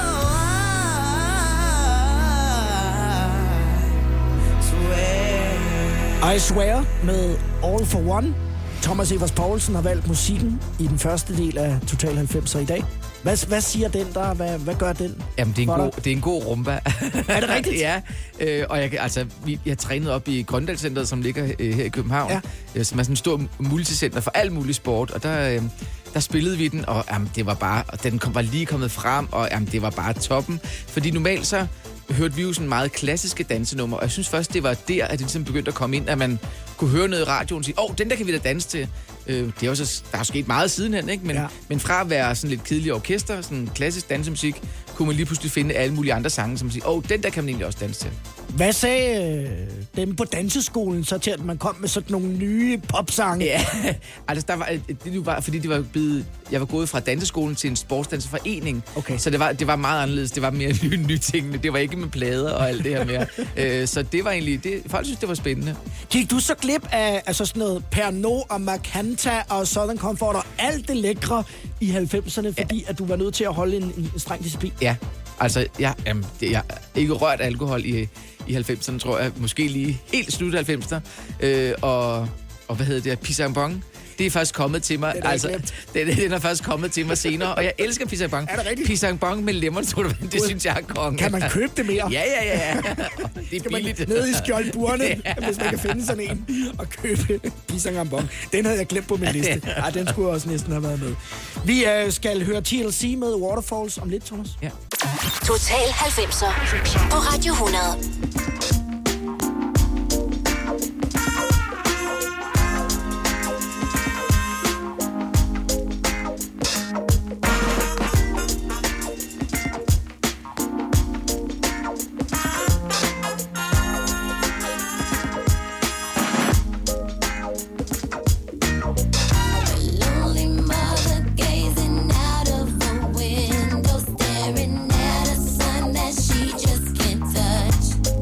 oh, I swear. I Swear med All for One. Thomas Evers Poulsen har valgt musikken i den første del af Total halvfemser i dag. Hvad, hvad siger den der? Hvad, hvad gør den? Jamen, det er en, for god, dig? det er en god rumba. Er det rigtigt? Ja, øh, og jeg, altså, vi, jeg trænede op i Grøndalscenteret, som ligger øh, her i København, Ja. øh, som er sådan en stor multicenter for al mulig sport, og der, øh, der spillede vi den, og jamen, det var bare, og den kom, var lige kommet frem, og jamen, det var bare toppen. Fordi normalt så hørte vi jo sådan meget klassiske dansenummer, og jeg synes først, det var der, at det ligesom begyndte at komme ind, at man kunne høre noget i radioen og sige, åh, oh, den der kan vi da danse til. Øh, det er også, der er sket meget sidenhen, ikke? Men, Ja. ja. men fra at være sådan lidt kedelig orkester, sådan klassisk dansemusik, kunne man lige pludselig finde alle mulige andre sange, som siger, åh, oh, den der kan man egentlig også danse til. Hvad sagde øh, dem på danseskolen så til, at man kom med sådan nogle nye popsange? Ja, altså der var, det var, fordi det var blevet, jeg var gået fra danseskolen til en sportsdanserforening, Okay. så det var, det var meget anderledes, det var mere nye, nye tingene, det var ikke med plader og alt det her mere. øh, så det var egentlig, det, folk synes, det var spændende. Gik du så glip af altså sådan noget Pernod og Macanta og Southern Comfort og alt det lækre i halvfemserne, fordi at du var nødt til at holde en, en streng disciplin? Ja, altså, jeg, jamen, det, jeg har ikke rørt alkohol i, i halvfemserne, tror jeg. Måske lige helt slut halvfemserne. Øh, og, og hvad hedder det? Pisang-bong. Det er først kommet til mig. Den er altså, glemt. den, den er først kommet til mig senere. Og jeg elsker pisang-bong. Er det rigtigt? Pisang-bong med lemon-sodavand, det synes jeg er konge. Kan man købe det mere? Ja, ja, ja. ja. Det er Kan man billigt. ned i skjoldburene, Ja. hvis man kan finde sådan en, og købe pisang ambon. Den havde jeg glemt på min liste. Ej, den skulle også næsten have været med. Vi øh, skal høre T L C med Waterfalls om lidt, Thomas. Ja. Total halvfemser på Radio hundrede. Lonely mother gazing out of the window, staring at a son that she just can't touch.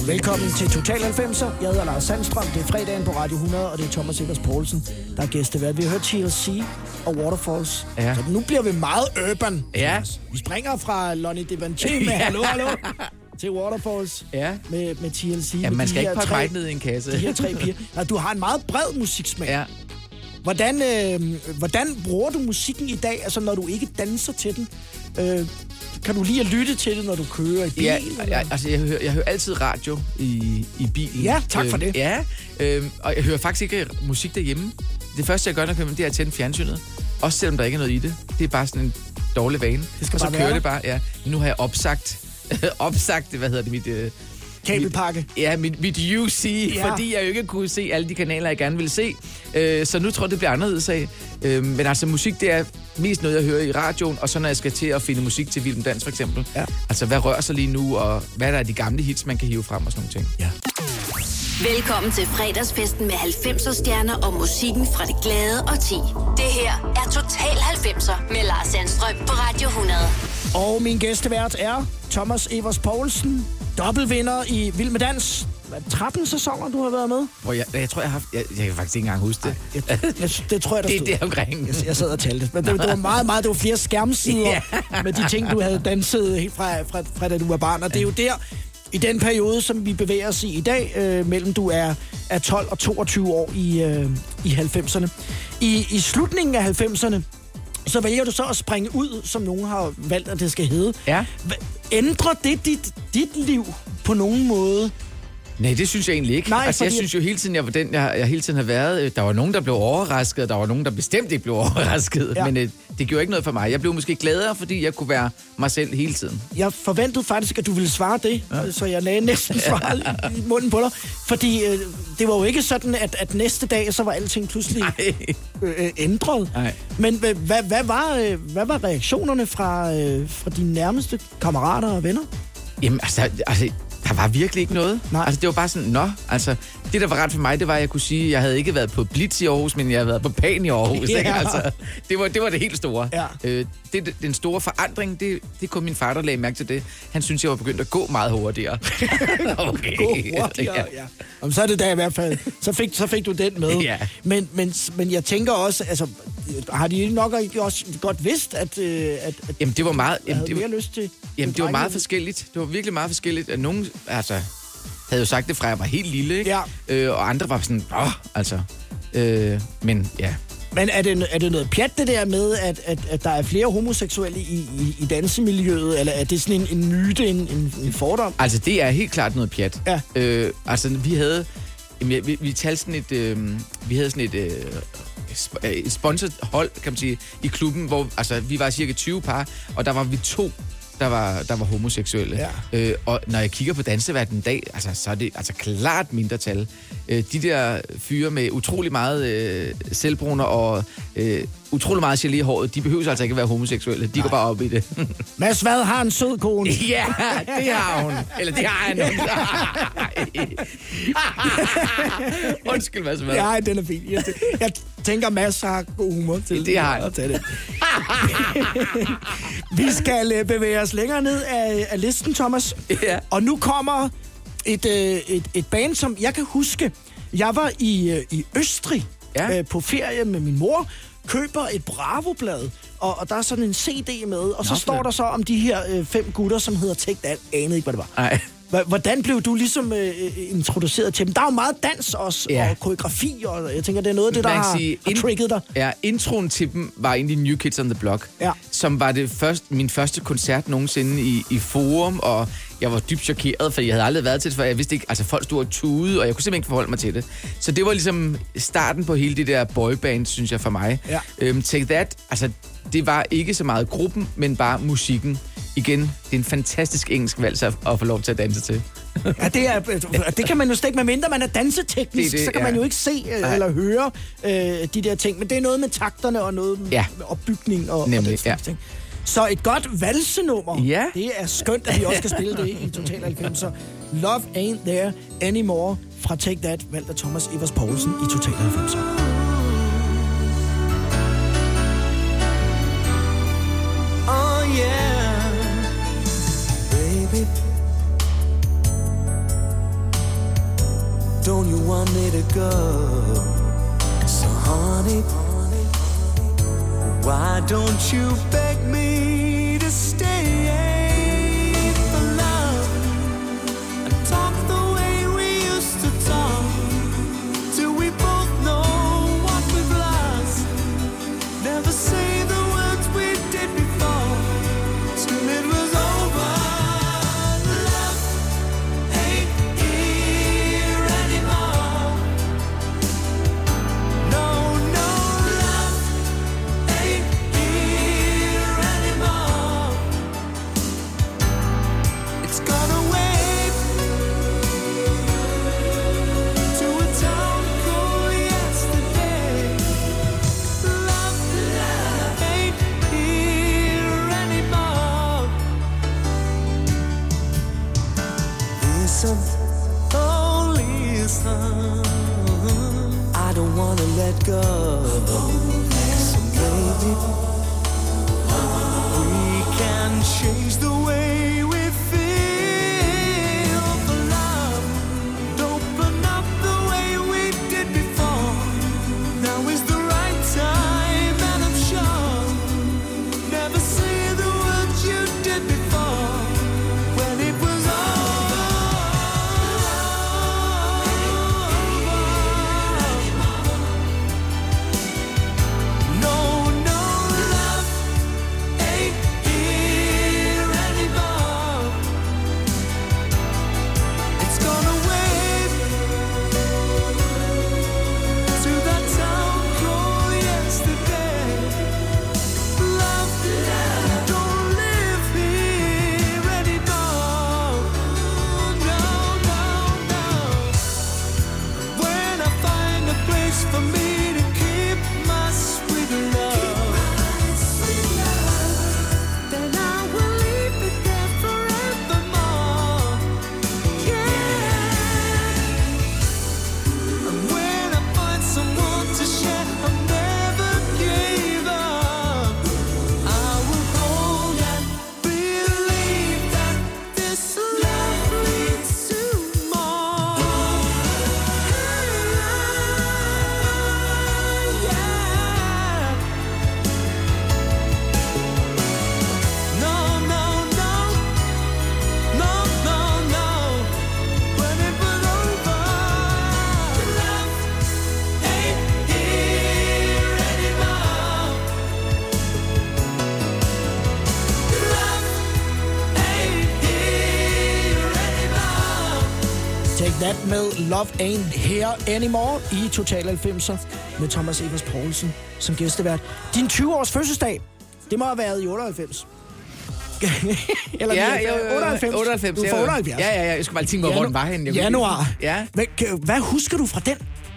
Velkommen til Total halvfemser. Jeg hedder Lars Sandstrøm. Det er fredagen på Radio hundrede, og det er Thomas Evers Poulsen, der er gæstevært. Vi har hørt T L C og Waterfalls. Ja. Så nu bliver vi meget urban. Ja. Vi springer fra Lonnie Devanché med Hallo, Hallo til Waterfalls ja. med, med T L C. Ja, man skal ikke pakke mig ned i en kasse. De her tre piger. Nej, du har en meget bred musiksmag. Ja. Hvordan, øh, hvordan bruger du musikken i dag, altså når du ikke danser til den? Øh, kan du lide at lytte til det, når du kører i bil? Ja, jeg, altså jeg hører, jeg hører altid radio i, i bilen. Ja, tak for øh, det. Ja, øh, og jeg hører faktisk ikke musik derhjemme. Det første, jeg gør, når jeg kører, det er at tænde fjernsynet. Også selvom der ikke er noget i det. Det er bare sådan en dårlig vane. Det skal og så bare kører være. det bare. Ja. Nu har jeg opsagt, opsagt hvad hedder det, mit... Øh, kabelpakke. Mit, ja, mit, mit U C, ja. Fordi jeg jo ikke kunne se alle de kanaler, jeg gerne ville se. Øh, så nu tror jeg, det bliver anderledes af. Øh, men altså, musik, det er mest noget, jeg hører i radioen, og så når jeg skal til at finde musik til Vild med Dans, for eksempel. Ja. Altså, hvad rører sig lige nu, og hvad er der af de gamle hits, man kan hive frem og sådan nogle ting. Ja. Velkommen til fredagsfesten med halvfemser-stjerner og musikken fra det glade og ti. Det her er Total halvfemser med Lars Sandstrøm på Radio hundrede. Og min gæstevært er Thomas Evers Poulsen, dobbeltvinder i Vild med Dans. tretten sæsoner, du har været med? Hvor jeg, jeg tror, jeg har haft... Jeg, jeg kan faktisk ikke engang huske det. Ej, jeg, jeg, det tror jeg, der stod. Det er omkring. Jeg, jeg sad og talte. Men det, det var meget, meget... Det var flere skærmsider ja. med de ting, du havde danset helt fra, fra, fra da du var barn. Og det er jo der, i den periode, som vi bevæger os i i dag, øh, mellem du er, er tolv og toogtyve år i, øh, i halvfemserne. I, I slutningen af halvfemserne, så vælger du så at springe ud, som nogen har valgt, at det skal hedde. Ja. Ændrer det dit, dit liv på nogen måde? Nej, det synes jeg egentlig ikke. Nej, altså, jeg synes jo hele tiden, jeg var den, jeg, jeg hele tiden har været. Der var nogen, der blev overrasket, og der var nogen, der bestemt ikke blev overrasket. Ja. Men øh, det gjorde ikke noget for mig. Jeg blev måske gladere, fordi jeg kunne være mig selv hele tiden. Jeg forventede faktisk, at du ville svare det, ja. Så jeg lagde næsten svaret i munden på dig. Fordi øh, det var jo ikke sådan, at, at næste dag, så var alting pludselig øh, ændret. Nej. Men øh, hvad, hvad, var, øh, hvad var reaktionerne fra, øh, fra dine nærmeste kammerater og venner? Jamen, altså... altså der var virkelig ikke noget. Nej. Altså, det var bare sådan, nå, altså, det der var ret for mig, det var, at jeg kunne sige, at jeg havde ikke været på Blitz i Aarhus, men jeg havde været på Pan i Aarhus. Ja. Ikke? Altså, det, var, det var det helt store. Ja. Øh, det, den store forandring, det, det kunne min far, der lagde mærke til det. Han synes, jeg var begyndt at gå meget hurtigere. Okay. Gå hurtigere, ja. ja. Jamen, så er det da i hvert fald. Så fik, så fik du den med. Ja. Men, men, men jeg tænker også, altså, har de nok også godt vidst, at, at, at jamen, det var meget, jeg havde det var, mere lyst til? Jamen, det var meget forskelligt. Det var virkelig meget forskelligt. At nogen, altså, havde jo sagt det fra, jeg var helt lille, ikke? Ja. Øh, og andre var sådan, åh, altså. Øh, men ja. Men er det, er det noget pjat, det der med, at, at, at der er flere homoseksuelle i, i, i dansemiljøet, eller er det sådan en, en myte, en, en, en fordom? Altså, det er helt klart noget pjat. Ja. Øh, altså, vi havde... Jamen, vi, vi talte sådan et... Øh, vi havde sådan et... Øh, et sponsorhold, kan man sige, i klubben, hvor altså, vi var cirka tyve par, og der var vi to, der var, der var homoseksuelle. Ja. Øh, og når jeg kigger på danseverdenen i dag, altså, så er det altså klart mindretal. Øh, de der fyre med utrolig meget øh, selvbruner og øh, utrolig meget gelé i håret, de behøver altså ikke at være homoseksuelle. De Nej. går bare op i det. Mads Vad har en sød kone. Ja, det har hun. Eller det har han. Undskyld, Mads Vad. Ja, den er fin. Jeg, jeg tænker, Mads har god humor til det har at tage det. Vi skal bevæge os længere ned af, af listen, Thomas. Ja. Og nu kommer et, et, et band, som jeg kan huske. Jeg var i, i Østrig ja. på ferie med min mor, køber et Bravo-blad, og, og der er sådan en C D med, og så Nå, står der så om de her øh, fem gutter, som hedder Take That. Anede ikke, hvad det var. Nej. Hvordan blev du ligesom øh, introduceret til dem? Der er jo meget dans også, ja. og koreografi, og jeg tænker, det er noget af det, der har, sige, har trigget dig. Ja, introen til dem var egentlig New Kids on the Block, ja. som var det første, min første koncert nogensinde i, i Forum, og jeg var dybt chokeret, for jeg havde aldrig været til det før. Jeg vidste ikke, altså folk stod og tude, og jeg kunne simpelthen ikke forholde mig til det. Så det var ligesom starten på hele det der boyband, synes jeg, for mig. Ja. Øhm, Take That, altså det var ikke så meget gruppen, men bare musikken. Igen, det er en fantastisk engelsk valg at, at få lov til at danse til. Ja, det, er, det kan man jo stikke, medmindre man er danseteknisk, det, det, så kan ja. man jo ikke se Nej. eller høre øh, de der ting. Men det er noget med takterne og noget ja. med opbygning og, Nemlig, og den ja. ting. Så et godt valsenummer. Ja. Det er skønt, at vi også skal spille det i Total halvfemser. Love Ain't There Anymore fra Take That, valgt af Thomas Evers Poulsen i Total halvfemser. Oh yeah, baby. don't you want me to go? So honey, why don't you beg me to stay for love and talk the way we used to talk till we both know what we've lost. Never say the words we did before till it was over. Love ain't here anymore. No, no, love ain't here anymore. It's gone away to a town called yesterday. Love, love ain't here anymore. Listen, oh listen, I don't wanna let go. So maybe we can change the way we feel for love. Open up the way we did before. Now is the right time, and I'm sure. Never say the words you did before when it was over. No, no, love ain't here anymore. It's gone away to that town called yesterday. Love, love don't live here anymore. No, no, no. When I find a place for me to keep my sweet love, then I will leave it there forevermore. Yeah. And when I find someone to share, I'll never give up. I will hold and believe that this love leads to more. Yeah. No, no, no. No, no, no. When it was over, love ain't here anymore. Love ain't here anymore. Take that med Love Ain't Here Anymore i Total halvfemser med Thomas Evers Poulsen som gæstevært. Din tyve-års fødselsdag, det må have været i otteoghalvfems. Eller Ja, nioghalvfems. jo, jo, otteoghalvfems. otteoghalvms. Du er fra ja, jo. otteoghalvfjerds. Ja, ja, ja. Jeg skulle bare tænke mig, hvor den var henne. Jeg kunne Januar. ikke- Ja. Hvad, hvad husker du fra den?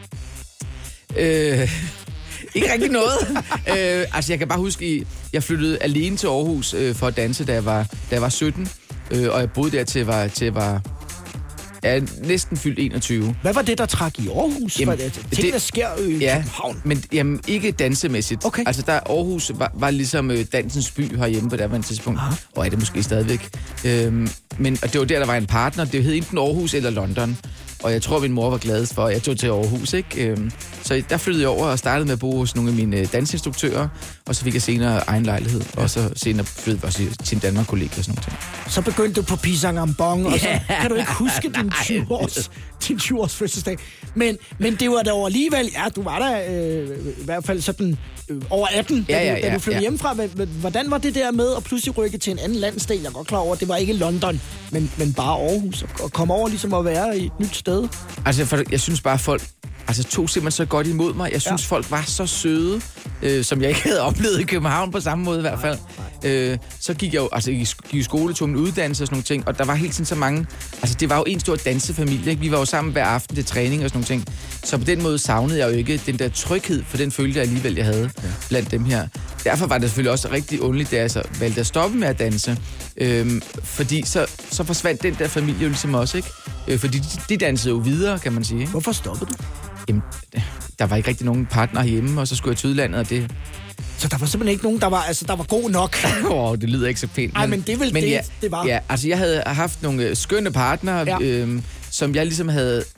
Øh, ikke rigtig noget. øh, altså, jeg kan bare huske, at jeg flyttede alene til Aarhus øh, for at danse, da jeg var, da jeg var sytten. Øh, og jeg boede der til jeg var, til jeg var ja, næsten fyldt enogtyve. Hvad var det, der trak i Aarhus? Jamen, Jamen, det, det- ting, der sker i Ja, København. men jamen, ikke dansemæssigt. Okay. Altså, der Aarhus var, var ligesom øh, dansens by herhjemme på det tidspunkt. Aha. Og er det måske stadigvæk. Øhm, men, og det var der, der var en partner. Det hed enten Aarhus eller London. Og jeg tror, min mor var glad for, at jeg tog til Aarhus, ikke? Øhm, så der flyttede jeg over og startede med at bo hos nogle af mine øh, dansinstruktører. Og så fik jeg senere egen lejlighed. Ja. Og så senere flyttede jeg også til en Danmark-kollega og sådan noget. Så begyndte du på Pisang Ambong, og så Ja, kan du ikke huske din nej. tyve-års din tyve-års fødselsdag. Men, men det var da over alligevel, ja, du var der øh, i hvert fald sådan øh, over atten, da, Ja, ja, du, da ja, du flyttede ja. hjemmefra. H- Hvordan var det der med at pludselig rykke til en anden landsdel? Jeg er godt klar over, at det var ikke London, men, men bare Aarhus. Og komme over ligesom at være i et nyt sted. Altså, for jeg synes bare, folk altså, tog simpelthen så godt imod mig. Jeg synes, Ja. ja. folk var så søde, øh, som jeg ikke havde oplevet i København på samme måde i hvert fald. Øh, så gik jeg jo altså, gik i skole, tog min uddannelse og sådan nogle ting, og der var hele tiden så mange... Altså, det var jo en stor dansefamilie, ikke? Vi var jo sammen hver aften til træning og sådan nogle ting. Så på den måde savnede jeg jo ikke den der tryghed, for den følte jeg alligevel, jeg havde ja. blandt dem her. Derfor var det selvfølgelig også rigtig underligt, da jeg så valgte at stoppe med at danse. Øhm, fordi så, så forsvandt den der familie jo ligesom også, ikke? Øh, fordi de, de dansede jo videre, kan man sige. Ikke? Hvorfor stoppede du? Jamen, der var ikke rigtig nogen partner hjemme, og så skulle jeg til udlandet, og det... Så der var simpelthen ikke nogen, der var, altså, der var god nok. Åh, oh, det lyder ikke så pænt. Ej, men det er vel det, ja, det var. Ja, altså jeg havde haft nogle øh, skønne partnere, Ja. ja. øhm, som jeg ligesom havde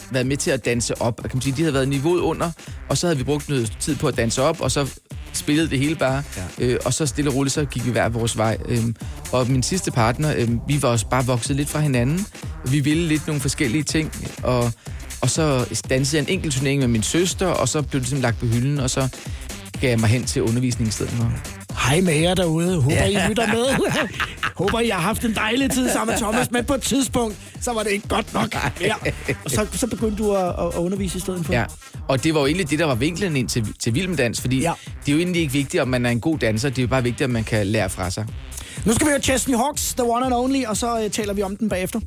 været med til at danse op. Kan man sige, de havde været niveauet under, og så havde vi brugt noget tid på at danse op, og så spillede det hele bare. Ja. Øh, og så stille og roligt, så gik vi hver vores vej. Øhm, og min sidste partner, øhm, vi var også bare vokset lidt fra hinanden. Vi ville lidt nogle forskellige ting, og, og så dansede jeg en enkelt turnering med min søster, og så blev det simpelthen lagt på hylden, og så gav jeg mig hen til undervisning i stedet for. Hej med jer derude. Håber, Ja. I lytter med. Håber, I har haft en dejlig tid sammen med Thomas, men på et tidspunkt, så var det ikke godt nok mere. Og så, så begyndte du at, at undervise i stedet for. Ja, og det var jo egentlig det, der var vinklen ind til, til Vild med Dans, fordi Ja. det er jo egentlig ikke vigtigt, om man er en god danser, det er jo bare vigtigt, at man kan lære fra sig. Nu skal vi høre Chesney Hawks, The One and Only, og så uh, taler vi om den bagefter.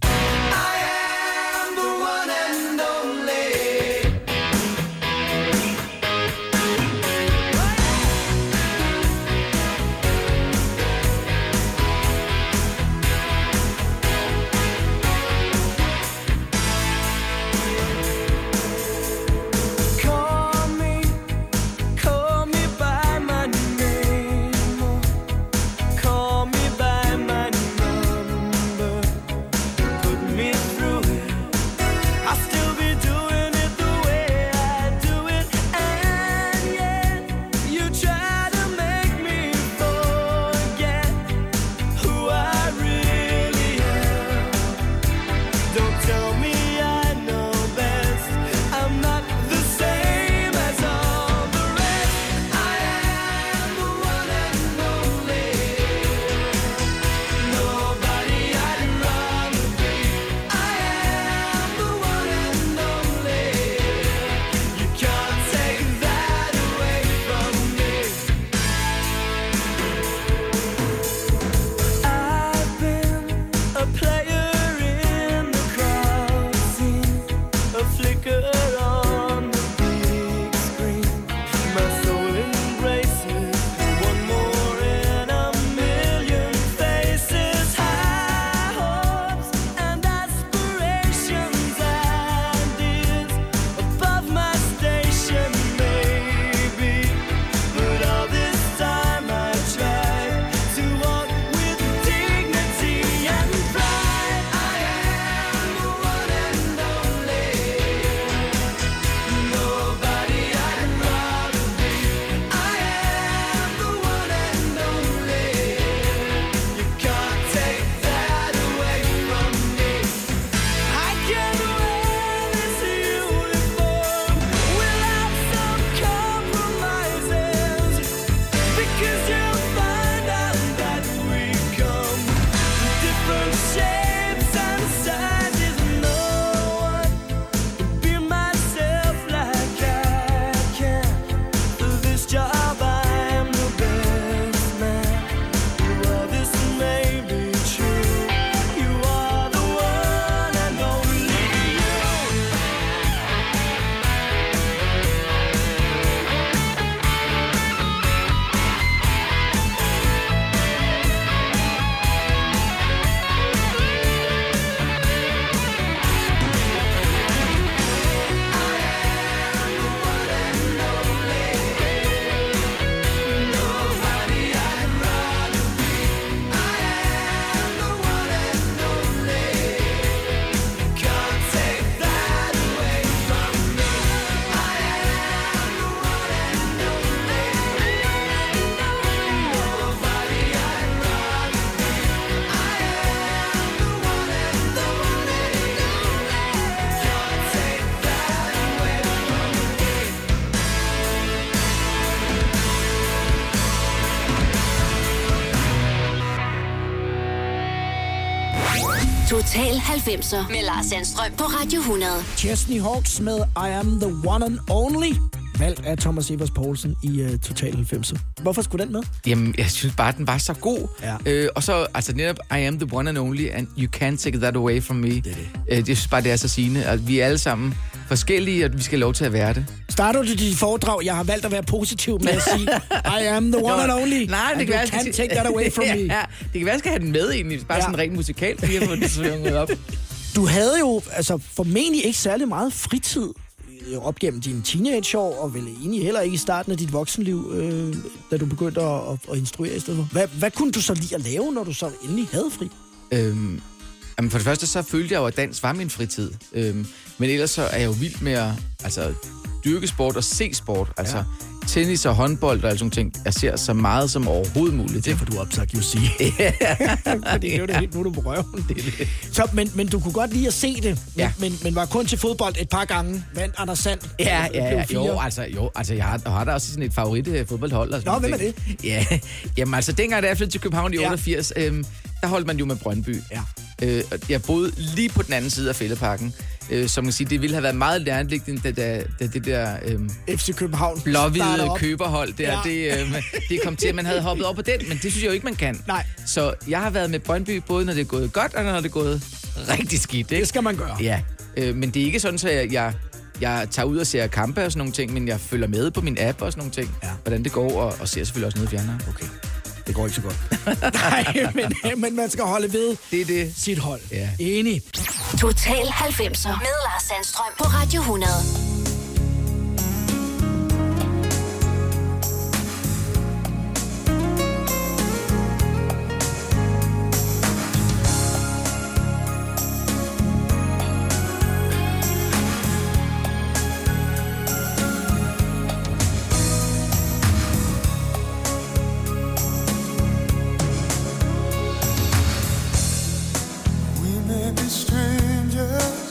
Call me, call me by my name. Call me by my number. Put me through it. I'll still be doing it the way I do it. And yet you try to make me forget who I really am. Don't tell me I know best. I'm not the same as all the rest. I am the one and only. Nobody I'd rather be. I am the one and only. You can't take that away from me. I've been a player in the crowd scene, a flicker on the big screen. My soul embraces one more in a million faces. High hopes and aspirations, ideas above my station, maybe. But all this time I tried to walk with dignity and pride. I am the one and only. Nobody I'd rather be. I am the one and only. You can't take that away from me. I can wear this uniform without some compromises, because you'll find out that we come in different shapes and sizes. No one can be myself like I can. For this job I'm the best man. Well, this may be true. You are the one and only you. Nobody I'd rather be. I am the one and only. You can't take that away from me. I am the one and only. Nobody I'd rather be. I am the one and only. Can't take that away from me. Total halvfemser med Lars Sandstrøm på Radio hundrede. Chesney Hawks med I Am The One and Only, valgt af Thomas Evers Poulsen i uh, Total halvfemser. Hvorfor skulle den med? Jamen, jeg synes bare, den var så god. Ja. Øh, og så, altså netop, I am the one and only, and you can't take that away from me. Det er det. Øh, jeg synes bare, det er så sigende, at vi er alle sammen forskellige, og vi skal have lov til at være det. Starter du dit foredrag? Jeg har valgt at være positiv med at sige, I am the one and only. Nej, and det you kan være, can't take that away from me. ja, det kan være, jeg skal have den med egentlig. Bare Ja. sådan rent musikalt, fordi jeg får det svunget op. Du havde jo altså formentlig ikke særlig meget fritid øh, op gennem dine teenageår, og vel egentlig heller ikke i starten af dit voksenliv, øh, da du begyndte at, at, at instruere i stedet for. Hvad, hvad kunne du så lide at lave, når du så endelig havde fri? Øhm, Jamen for det første, så følte jeg jo, at dans var min fritid. Øhm, men ellers så er jeg jo vild med at altså, dyrke sport og se sport. Altså ja. Tennis og håndbold og alle sådan ting. Jeg ser så meget som overhovedet muligt. Det er for du er opsagt, jo sige. Fordi det er jo det helt, nu er du på røven. Det det. Så, men, men du kunne godt lide at se det, men, Ja. men, men var kun til fodbold et par gange. Vandt Anders Sand. Ja, ja, ja. Blev Jo, fire. altså, jo, altså jeg har, jeg har da også sådan et favorit øh, fodboldhold. Og sådan Nå, hvem nogle er ting. Ja, jamen altså, dengang da jeg flyttede til København i Ja. otteogfirs, øhm, der holdt man jo med Brøndby. Ja. Øh, og jeg boede lige på den anden side af Fælledparken. Øh, som man siger, det ville have været meget nærliggende, da, da, da det der øhm, F C København blåhvide starter op. køberhold der, Ja. det, øhm, det kom til, at man havde hoppet op på den, men det synes jeg jo ikke, man kan. Nej. Så jeg har været med Brøndby, både når det er gået godt, og når det er gået rigtig skidt. Ikke? Det skal man gøre. Ja, øh, men det er ikke sådan, at jeg, jeg, jeg tager ud og ser kampe og sådan nogle ting, men jeg følger med på min app og sådan nogle ting, Ja. hvordan det går, og, og ser selvfølgelig også noget i fjerneren. Okay. Det går ikke så godt. Nej, men, men man skal holde ved Det er det. sit hold. Ja. Enig. Total halvfemser med Lars Sandstrøm på Radio hundrede. We may be strangers.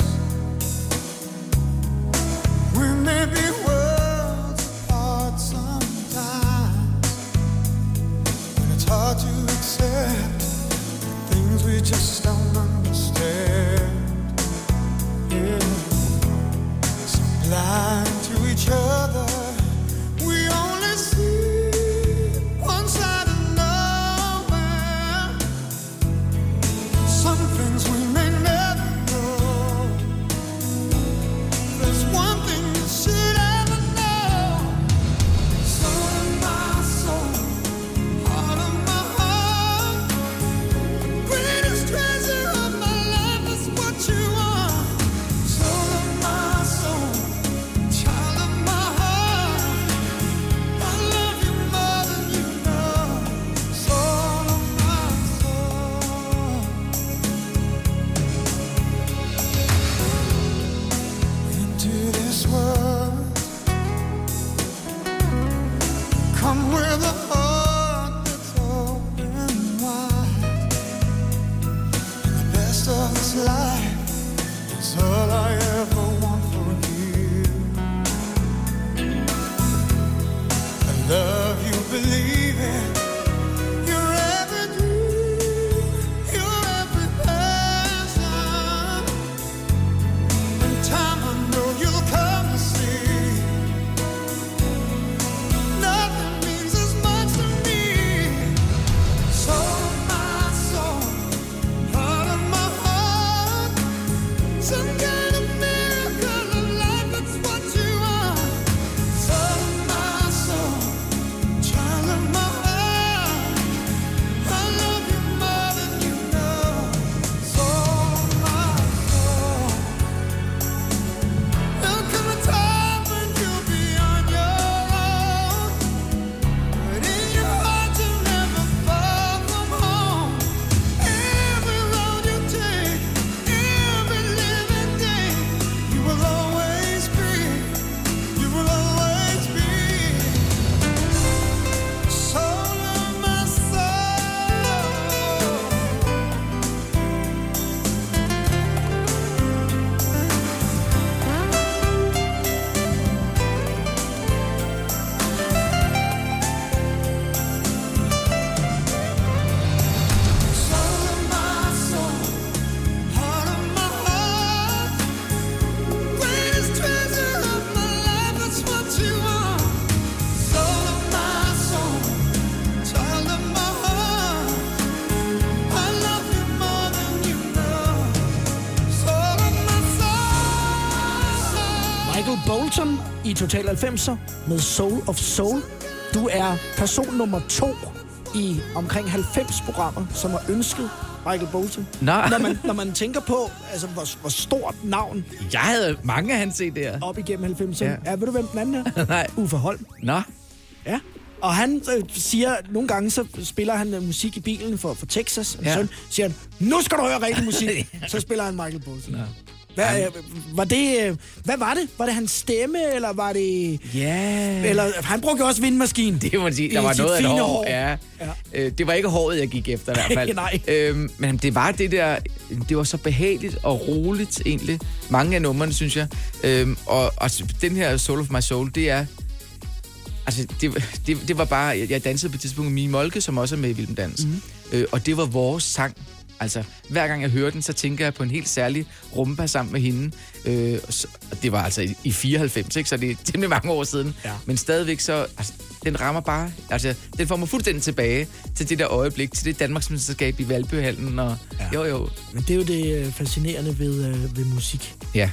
We may be worlds apart sometimes. And it's hard to accept things we just don't understand. Yeah. So blind to each other, we only see one side of nowhere. Some things we may never know. There's one thing you should ever know. Soul of my soul, heart of my heart. Greatest treasure of my life is what you are. Soul of my soul, child of my heart. I love you more than you know. Soul of my soul. Into this world, come with a heart that's open wide. And the best of this life is all I ever want for you. I love you, believe it. You're every dream, you're every passion. In time I know you'll come to see. Nothing means as much to me. Soul of my soul, heart of my heart. Some kind of miracle of life, that's what you are. Soul of my soul, child of my heart. I love you more than you know. Soul of my soul. There'll come a time when you'll be on your own, but in your heart you'll never far from home. Every road you take, every living day, you will always be, you will always be. Soul of my soul. Soul of my soul, heart of my heart. Greatest treasure of my life, that's what you are. Soul of my soul, child of my heart. I love you more than you know. Soul of my soul. Michael Bolton i Total halvfemser med Soul of Soul. Du er person nummer to i omkring halvfems programmer, som har ønsket Michael Bolton. Nå. Når man, når man tænker på, altså, hvor, hvor stort navn Jeg havde mange af hans C D'er. op igennem halvfemserne. Ja. Ja. Ja, ved du, hvem den anden er? Nej. Uffe Holm. Nå, Ja. Og han øh, siger, nogle gange så spiller han øh, musik i bilen for, for Texas. Og Ja. så siger han, nu skal du høre rigtig musik. Så spiller han Michael Bolton. Hvad, øh, var det, øh, hvad var det? Var det hans stemme, eller var det... Ja. Eller, han brugte jo også vindmaskinen. Det må man sige. Der I var sit noget af et fine hår. hår. Ja. Ja. Øh, det var ikke håret, jeg gik efter i hvert fald. Nej. Øhm, men det var det der... Det var så behageligt og roligt, egentlig. Mange af numrene, synes jeg. Øhm, og, og den her Soul of My Soul, det er... Altså, det, det, det var bare... Jeg, jeg dansede på et tidspunkt med Mie Molke, som også er med i Vild med Dans. Mm. Øh, og det var vores sang. Altså, hver gang jeg hører den, så tænker jeg på en helt særlig rumba sammen med hende. Øh, og så, og det var altså i, i fireoghalvfems, ikke? Så det er temmelig mange år siden. Ja. Men stadigvæk så... Altså, den rammer bare... Altså, den får mig fuldstændig tilbage til det der øjeblik, til det Danmarksmesterskab i Valbyhallen. Og, ja. Jo, jo. Men det er jo det øh, fascinerende ved, øh, ved musik. Ja.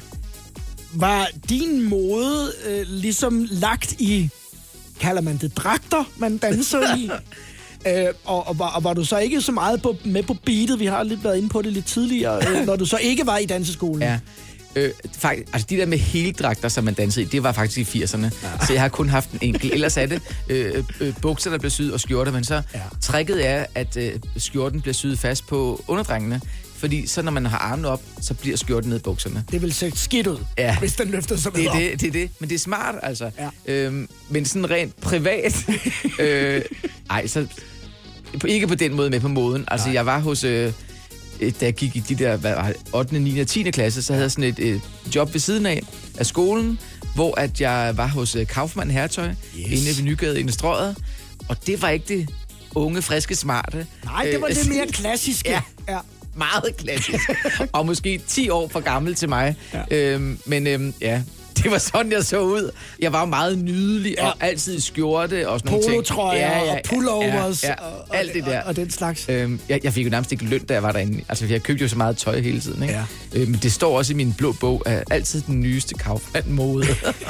Var din måde øh, ligesom lagt i... Kalder man det dragter, man danser i? Øh, og, og, var, og var du så ikke så meget på, med på beatet? Vi har lidt været inde på det lidt tidligere, øh, når du så ikke var i danseskolen. Ja. Øh, faktisk, altså de der med heldragter, som man dansede i, det var faktisk i firserne. Ja. Så jeg har kun haft en enkelt. Ellers er det øh, øh, bukser, der bliver syet, og skjorter. Men så ja. Tricket er, at øh, skjorten bliver syet fast på underdrengene. Fordi så når man har armene op, så bliver skjorten ned i bukserne. Det vil se skidt ud, Ja. hvis den løfter sig Det med er op. det, det er det. Men det er smart, altså. Ja. Øhm, men sådan rent privat... øh, ej, så... Ikke på den måde med på moden. Altså, Nej. jeg var hos... Øh, da jeg gik i de der hvad, var det, ottende, niende og tiende klasse, så havde jeg sådan et, et job ved siden af, af skolen, hvor at jeg var hos uh, Kaufmann Hertøj, Yes. inde ved Nygade, inde i Strøget. Og det var ikke det unge, friske, smarte. Nej, det var Øh, det mere klassiske. Ja. Ja. Meget klassisk. Og måske ti år for gammel til mig. Ja. Øhm, men øhm, ja, det var sådan, jeg så ud. Jeg var jo meget nydelig, ja. Og altid i skjorte og sådan nogle ting. Polotrøjer og pullovers ja, ja, og, ja. Alt det der. Og, og den slags. Øhm, jeg, jeg fik jo nærmest ikke løn, da jeg var derinde. Altså, jeg købte jo så meget tøj hele tiden, ikke? Ja. Øhm, det står også i min blå bog, at altid den nyeste Kaufmann-mode.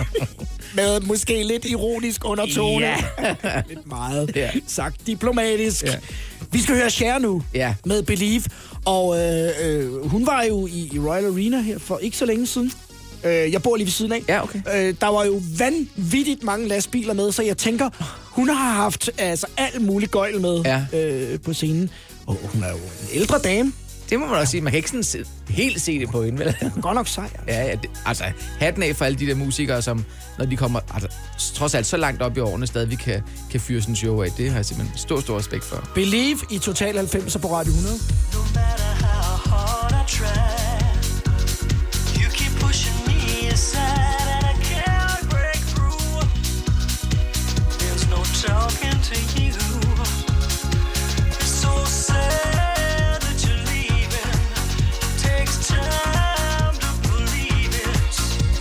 Med måske lidt ironisk undertone. Ja. Lidt meget Ja. sagt diplomatisk. Ja. Vi skal høre Cher nu Ja. med Believe. Og øh, øh, hun var jo i, i Royal Arena her for ikke så længe siden. Øh, jeg bor lige ved siden af. Ja, okay. Øh, der var jo vanvittigt mange lastbiler med, så jeg tænker, hun har haft altså alt muligt gøjl med Ja. øh, på scenen. Og hun er jo en ældre dame. Det må man også sige. Man kan ikke sådan se, helt se det på hende, vel? Godt nok sej. Altså. Ja, ja det, altså hatten af for alle de der musikere, som når de kommer altså, trods alt så langt op i årene, stadig kan, kan fyre sådan en show af. Det har jeg simpelthen stor, stor respekt for. Believe i Total halvfemser på Radio hundrede. No matter how hard I try, you keep pushing me aside, and I can't break through. There's no talking to you. It's so sad that you're leaving. Takes time to believe it.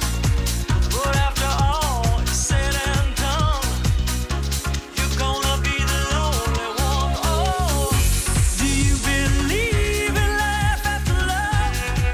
But after all is said and done, you're gonna be the only one. Oh, do you believe in life after love?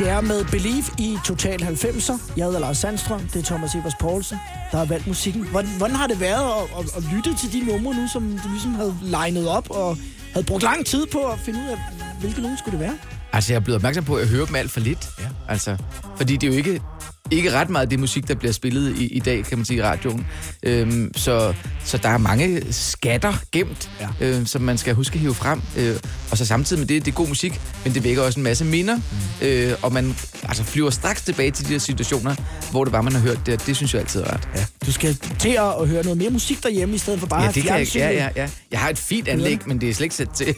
Share med Believe i Total halvfemser. Jeg hedder Lars Sandstrøm, det er Thomas Evers Poulsen, der har valgt musikken. Hvordan, hvordan har det været at, at, at lytte til de numre nu, som du ligesom havde legnet op og havde brugt lang tid på at finde ud af, hvilke numre skulle det være? Altså, jeg er blevet opmærksom på, at jeg hører dem alt for lidt. Ja. Altså, fordi det er jo ikke, ikke ret meget det musik, der bliver spillet i, i dag, kan man sige, i radioen. Øhm, så, så der er mange skatter gemt, ja. øh, som man skal huske at hive frem. Øh, og så samtidig med det, det er god musik, men det vækker også en masse minder. Mm. Øh, og man altså, flyver straks tilbage til de her situationer, hvor det var, man har hørt det. Det synes jeg altid er ret. Ja. Du skal til at høre noget mere musik derhjemme, i stedet for bare ja, at det have kan jeg, ja, ja, ja. Jeg har et fint anlæg, men det er slet ikke sat til.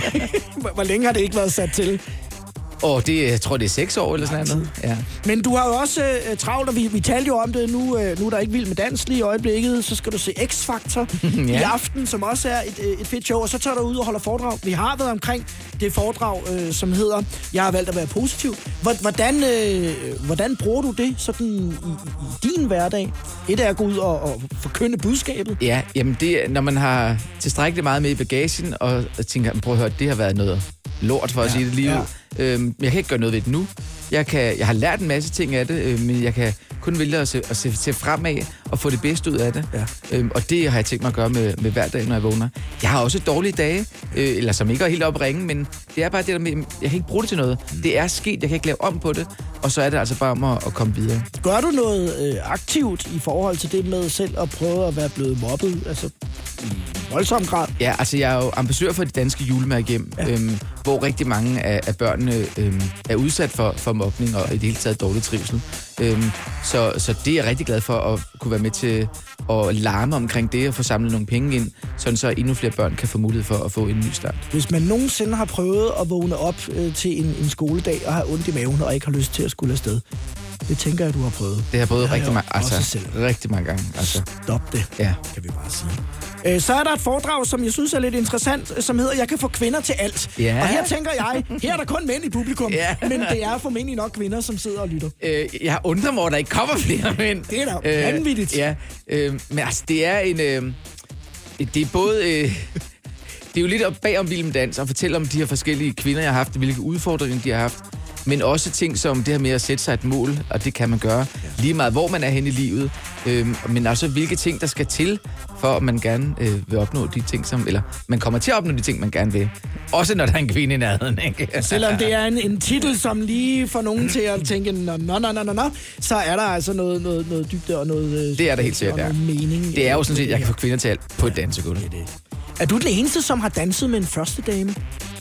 Hvor længe har det ikke været sat til? Åh, oh, det, jeg tror, det er seks år eller sådan noget. Ja. Men du har jo også uh, travlt, og vi, vi talte jo om det. Nu, uh, nu er der ikke Vild med Dans lige i øjeblikket. Så skal du se X-Factor ja. i aften, som også er et, et fedt show. Og så tager du ud og holder foredrag. Vi har været omkring det foredrag, uh, som hedder Jeg har valgt at være positiv. Hvordan, uh, hvordan bruger du det sådan i, i din hverdag? Et er at gå ud og, og forkynde budskabet. Ja, jamen det når man har tilstrækkeligt meget med i bagagen, og tænker, prøv at høre, det har været noget lort for at ja, sige det lige ja. Øhm, jeg kan ikke gøre noget ved det nu. Jeg, kan, jeg har lært en masse ting af det, øh, men jeg kan kun vælge at se, at se, se fremad og få det bedste ud af det. Ja. Øhm, og det har jeg tænkt mig at gøre med, med hver dag, når jeg vågner. Jeg har også dårlige dage, øh, eller som ikke er helt op at ringe, men det er bare det der med, jeg kan ikke bruge det til noget. Mm. Det er sket, jeg kan ikke lave om på det, og så er det altså bare om at, at komme videre. Gør du noget øh, aktivt i forhold til det med selv at prøve at være blevet mobbet? Altså i voldsom grad? Ja, altså jeg er jo ambassadør for de danske julemærker hjem, ja. øhm, hvor rigtig mange af, af børnene øhm, er udsat for, for mobning og i det hele taget dårlig trivsel. Øhm, så, så det er jeg rigtig glad for at kunne være med til at larme omkring det og få samlet nogle penge ind, sådan så endnu flere børn kan få mulighed for at få en ny start. Hvis man nogensinde har prøvet at vågne op øh, til en, en skoledag og har ondt i maven og ikke har lyst til at skulle afsted, det tænker jeg, du har prøvet. Det har jeg prøvet det rigtig, har ma- altså, rigtig mange gange. Altså. Stop det, ja. kan vi bare sige. Øh, så er der et foredrag, som jeg synes er lidt interessant, som hedder Jeg kan få kvinder til alt. Ja. Og her tænker jeg, her er der kun mænd i publikum, ja. men det er formentlig nok kvinder, som sidder og lytter. Øh, jeg undrer mig, at der ikke kommer flere mænd. Det er da øh, vanvittigt. Ja, øh, men altså, det er en... Øh, det er både... Øh, det er jo lidt op bag om Vild med Dans og fortælle om de her forskellige kvinder, jeg har haft, hvilke udfordringer de har haft. Men også ting som det her med at sætte sig et mål, og det kan man gøre lige meget, hvor man er henne i livet. Øhm, men også hvilke ting, der skal til, for at man gerne øh, vil opnå de ting, som... Eller man kommer til at opnå de ting, man gerne vil. Også når der er en kvinde i nærheden, ikke? Selvom det er en, en titel, som lige får nogen til at tænke, nå, nå, nå, nå, nå, så er der altså noget, noget, noget dybde og noget... Det er der helt sikkert, ja. Mening. Det er jo sådan set, jeg kan få kvinder til alt på et dansegulv. Er du den eneste, som har danset med en første dame?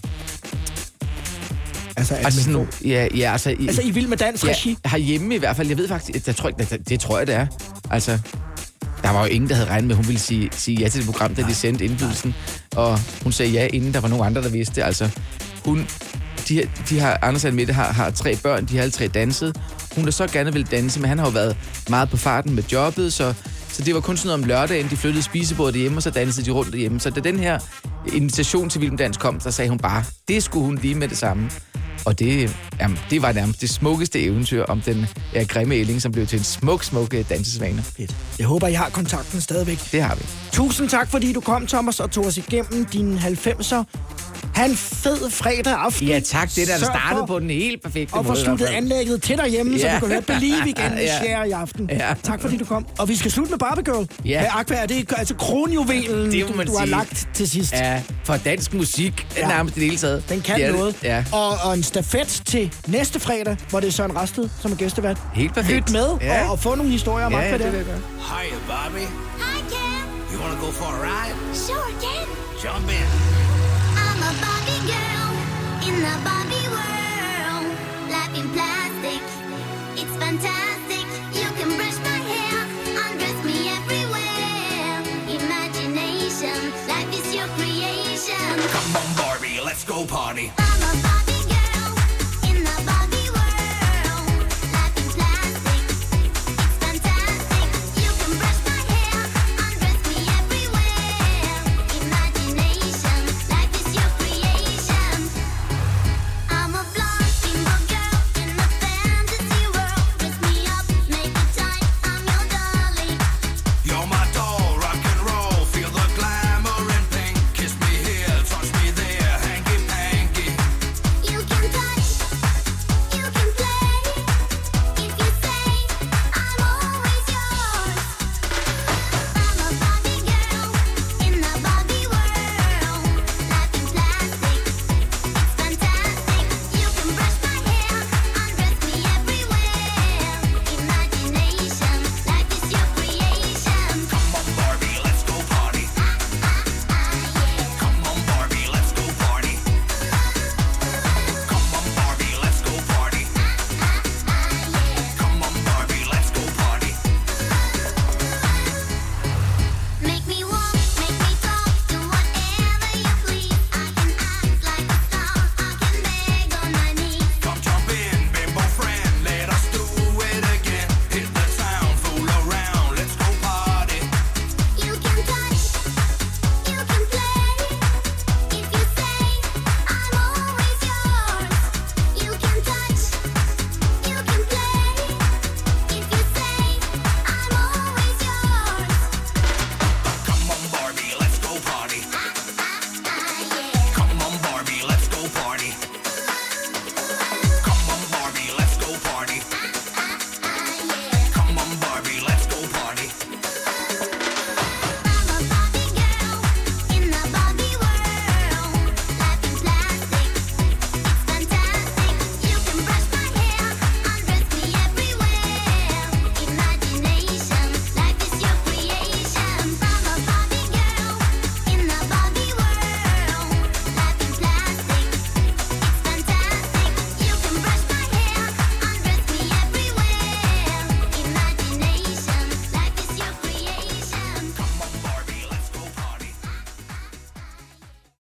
Altså, altså, sådan, ja, ja, altså, i, altså i Vild med Dans regi? Ja, herhjemme i hvert fald. Jeg ved faktisk, jeg tror, det, det tror jeg, det er. Altså, der var jo ingen, der havde regnet med, at hun ville sige, sige ja til det program, da de sendte indbydelsen. Og hun sagde ja, inden der var nogen andre, der vidste det. Altså, hun, de, de har, Anders og Mette har, har tre børn, de har alle tre danset. Hun har så gerne ville danse, men han har jo været meget på farten med jobbet, så, så det var kun sådan noget om lørdagen, de flyttede spisebordet hjemme, og så dansede de rundt derhjemme. Så da den her invitation til Vild med Dans kom, så sagde hun bare, det skulle hun lige med det samme. Og det, jamen, det var nærmest det smukkeste eventyr om den ja, grimme ælling, som blev til en smuk, smuk dansesvane. Fedt. Jeg håber, I har kontakten stadigvæk. Det har vi. Tusind tak, fordi du kom, Thomas, og tog os igennem dine halvfemser. Ha' en fed fredag aften. Ja, tak. Det der, der startede på den helt perfekte og måde. Og få sluttet anlægget til derhjemme, ja. Så du kan høre Believe igen med ja. Share i aften. Ja. Tak, fordi du kom. Og vi skal slutte med Barbie Girl. Ja. Med Aqua. Det er altså kronjuvelen, det du, du har lagt til sidst. Ja, for dansk musik ja. Nærmest i det hele taget. Den kan ja, noget. Ja. Og, og en stafet til næste fredag, hvor det er Søren Rasted, som er gæstevært. Helt perfekt. Lyt med ja. og, og få nogle historier om ja, Aqua. Ja, det der. vil jeg gøre. Hiya, Bobby. Hi, Ken. You wanna go for a ride? Sure, Ken. Jump in. I'm a Barbie girl in the Barbie world. Life in plastic, it's fantastic. You can brush my hair, undress me everywhere. Imagination, life is your creation. Come on, Barbie, let's go party. Barbie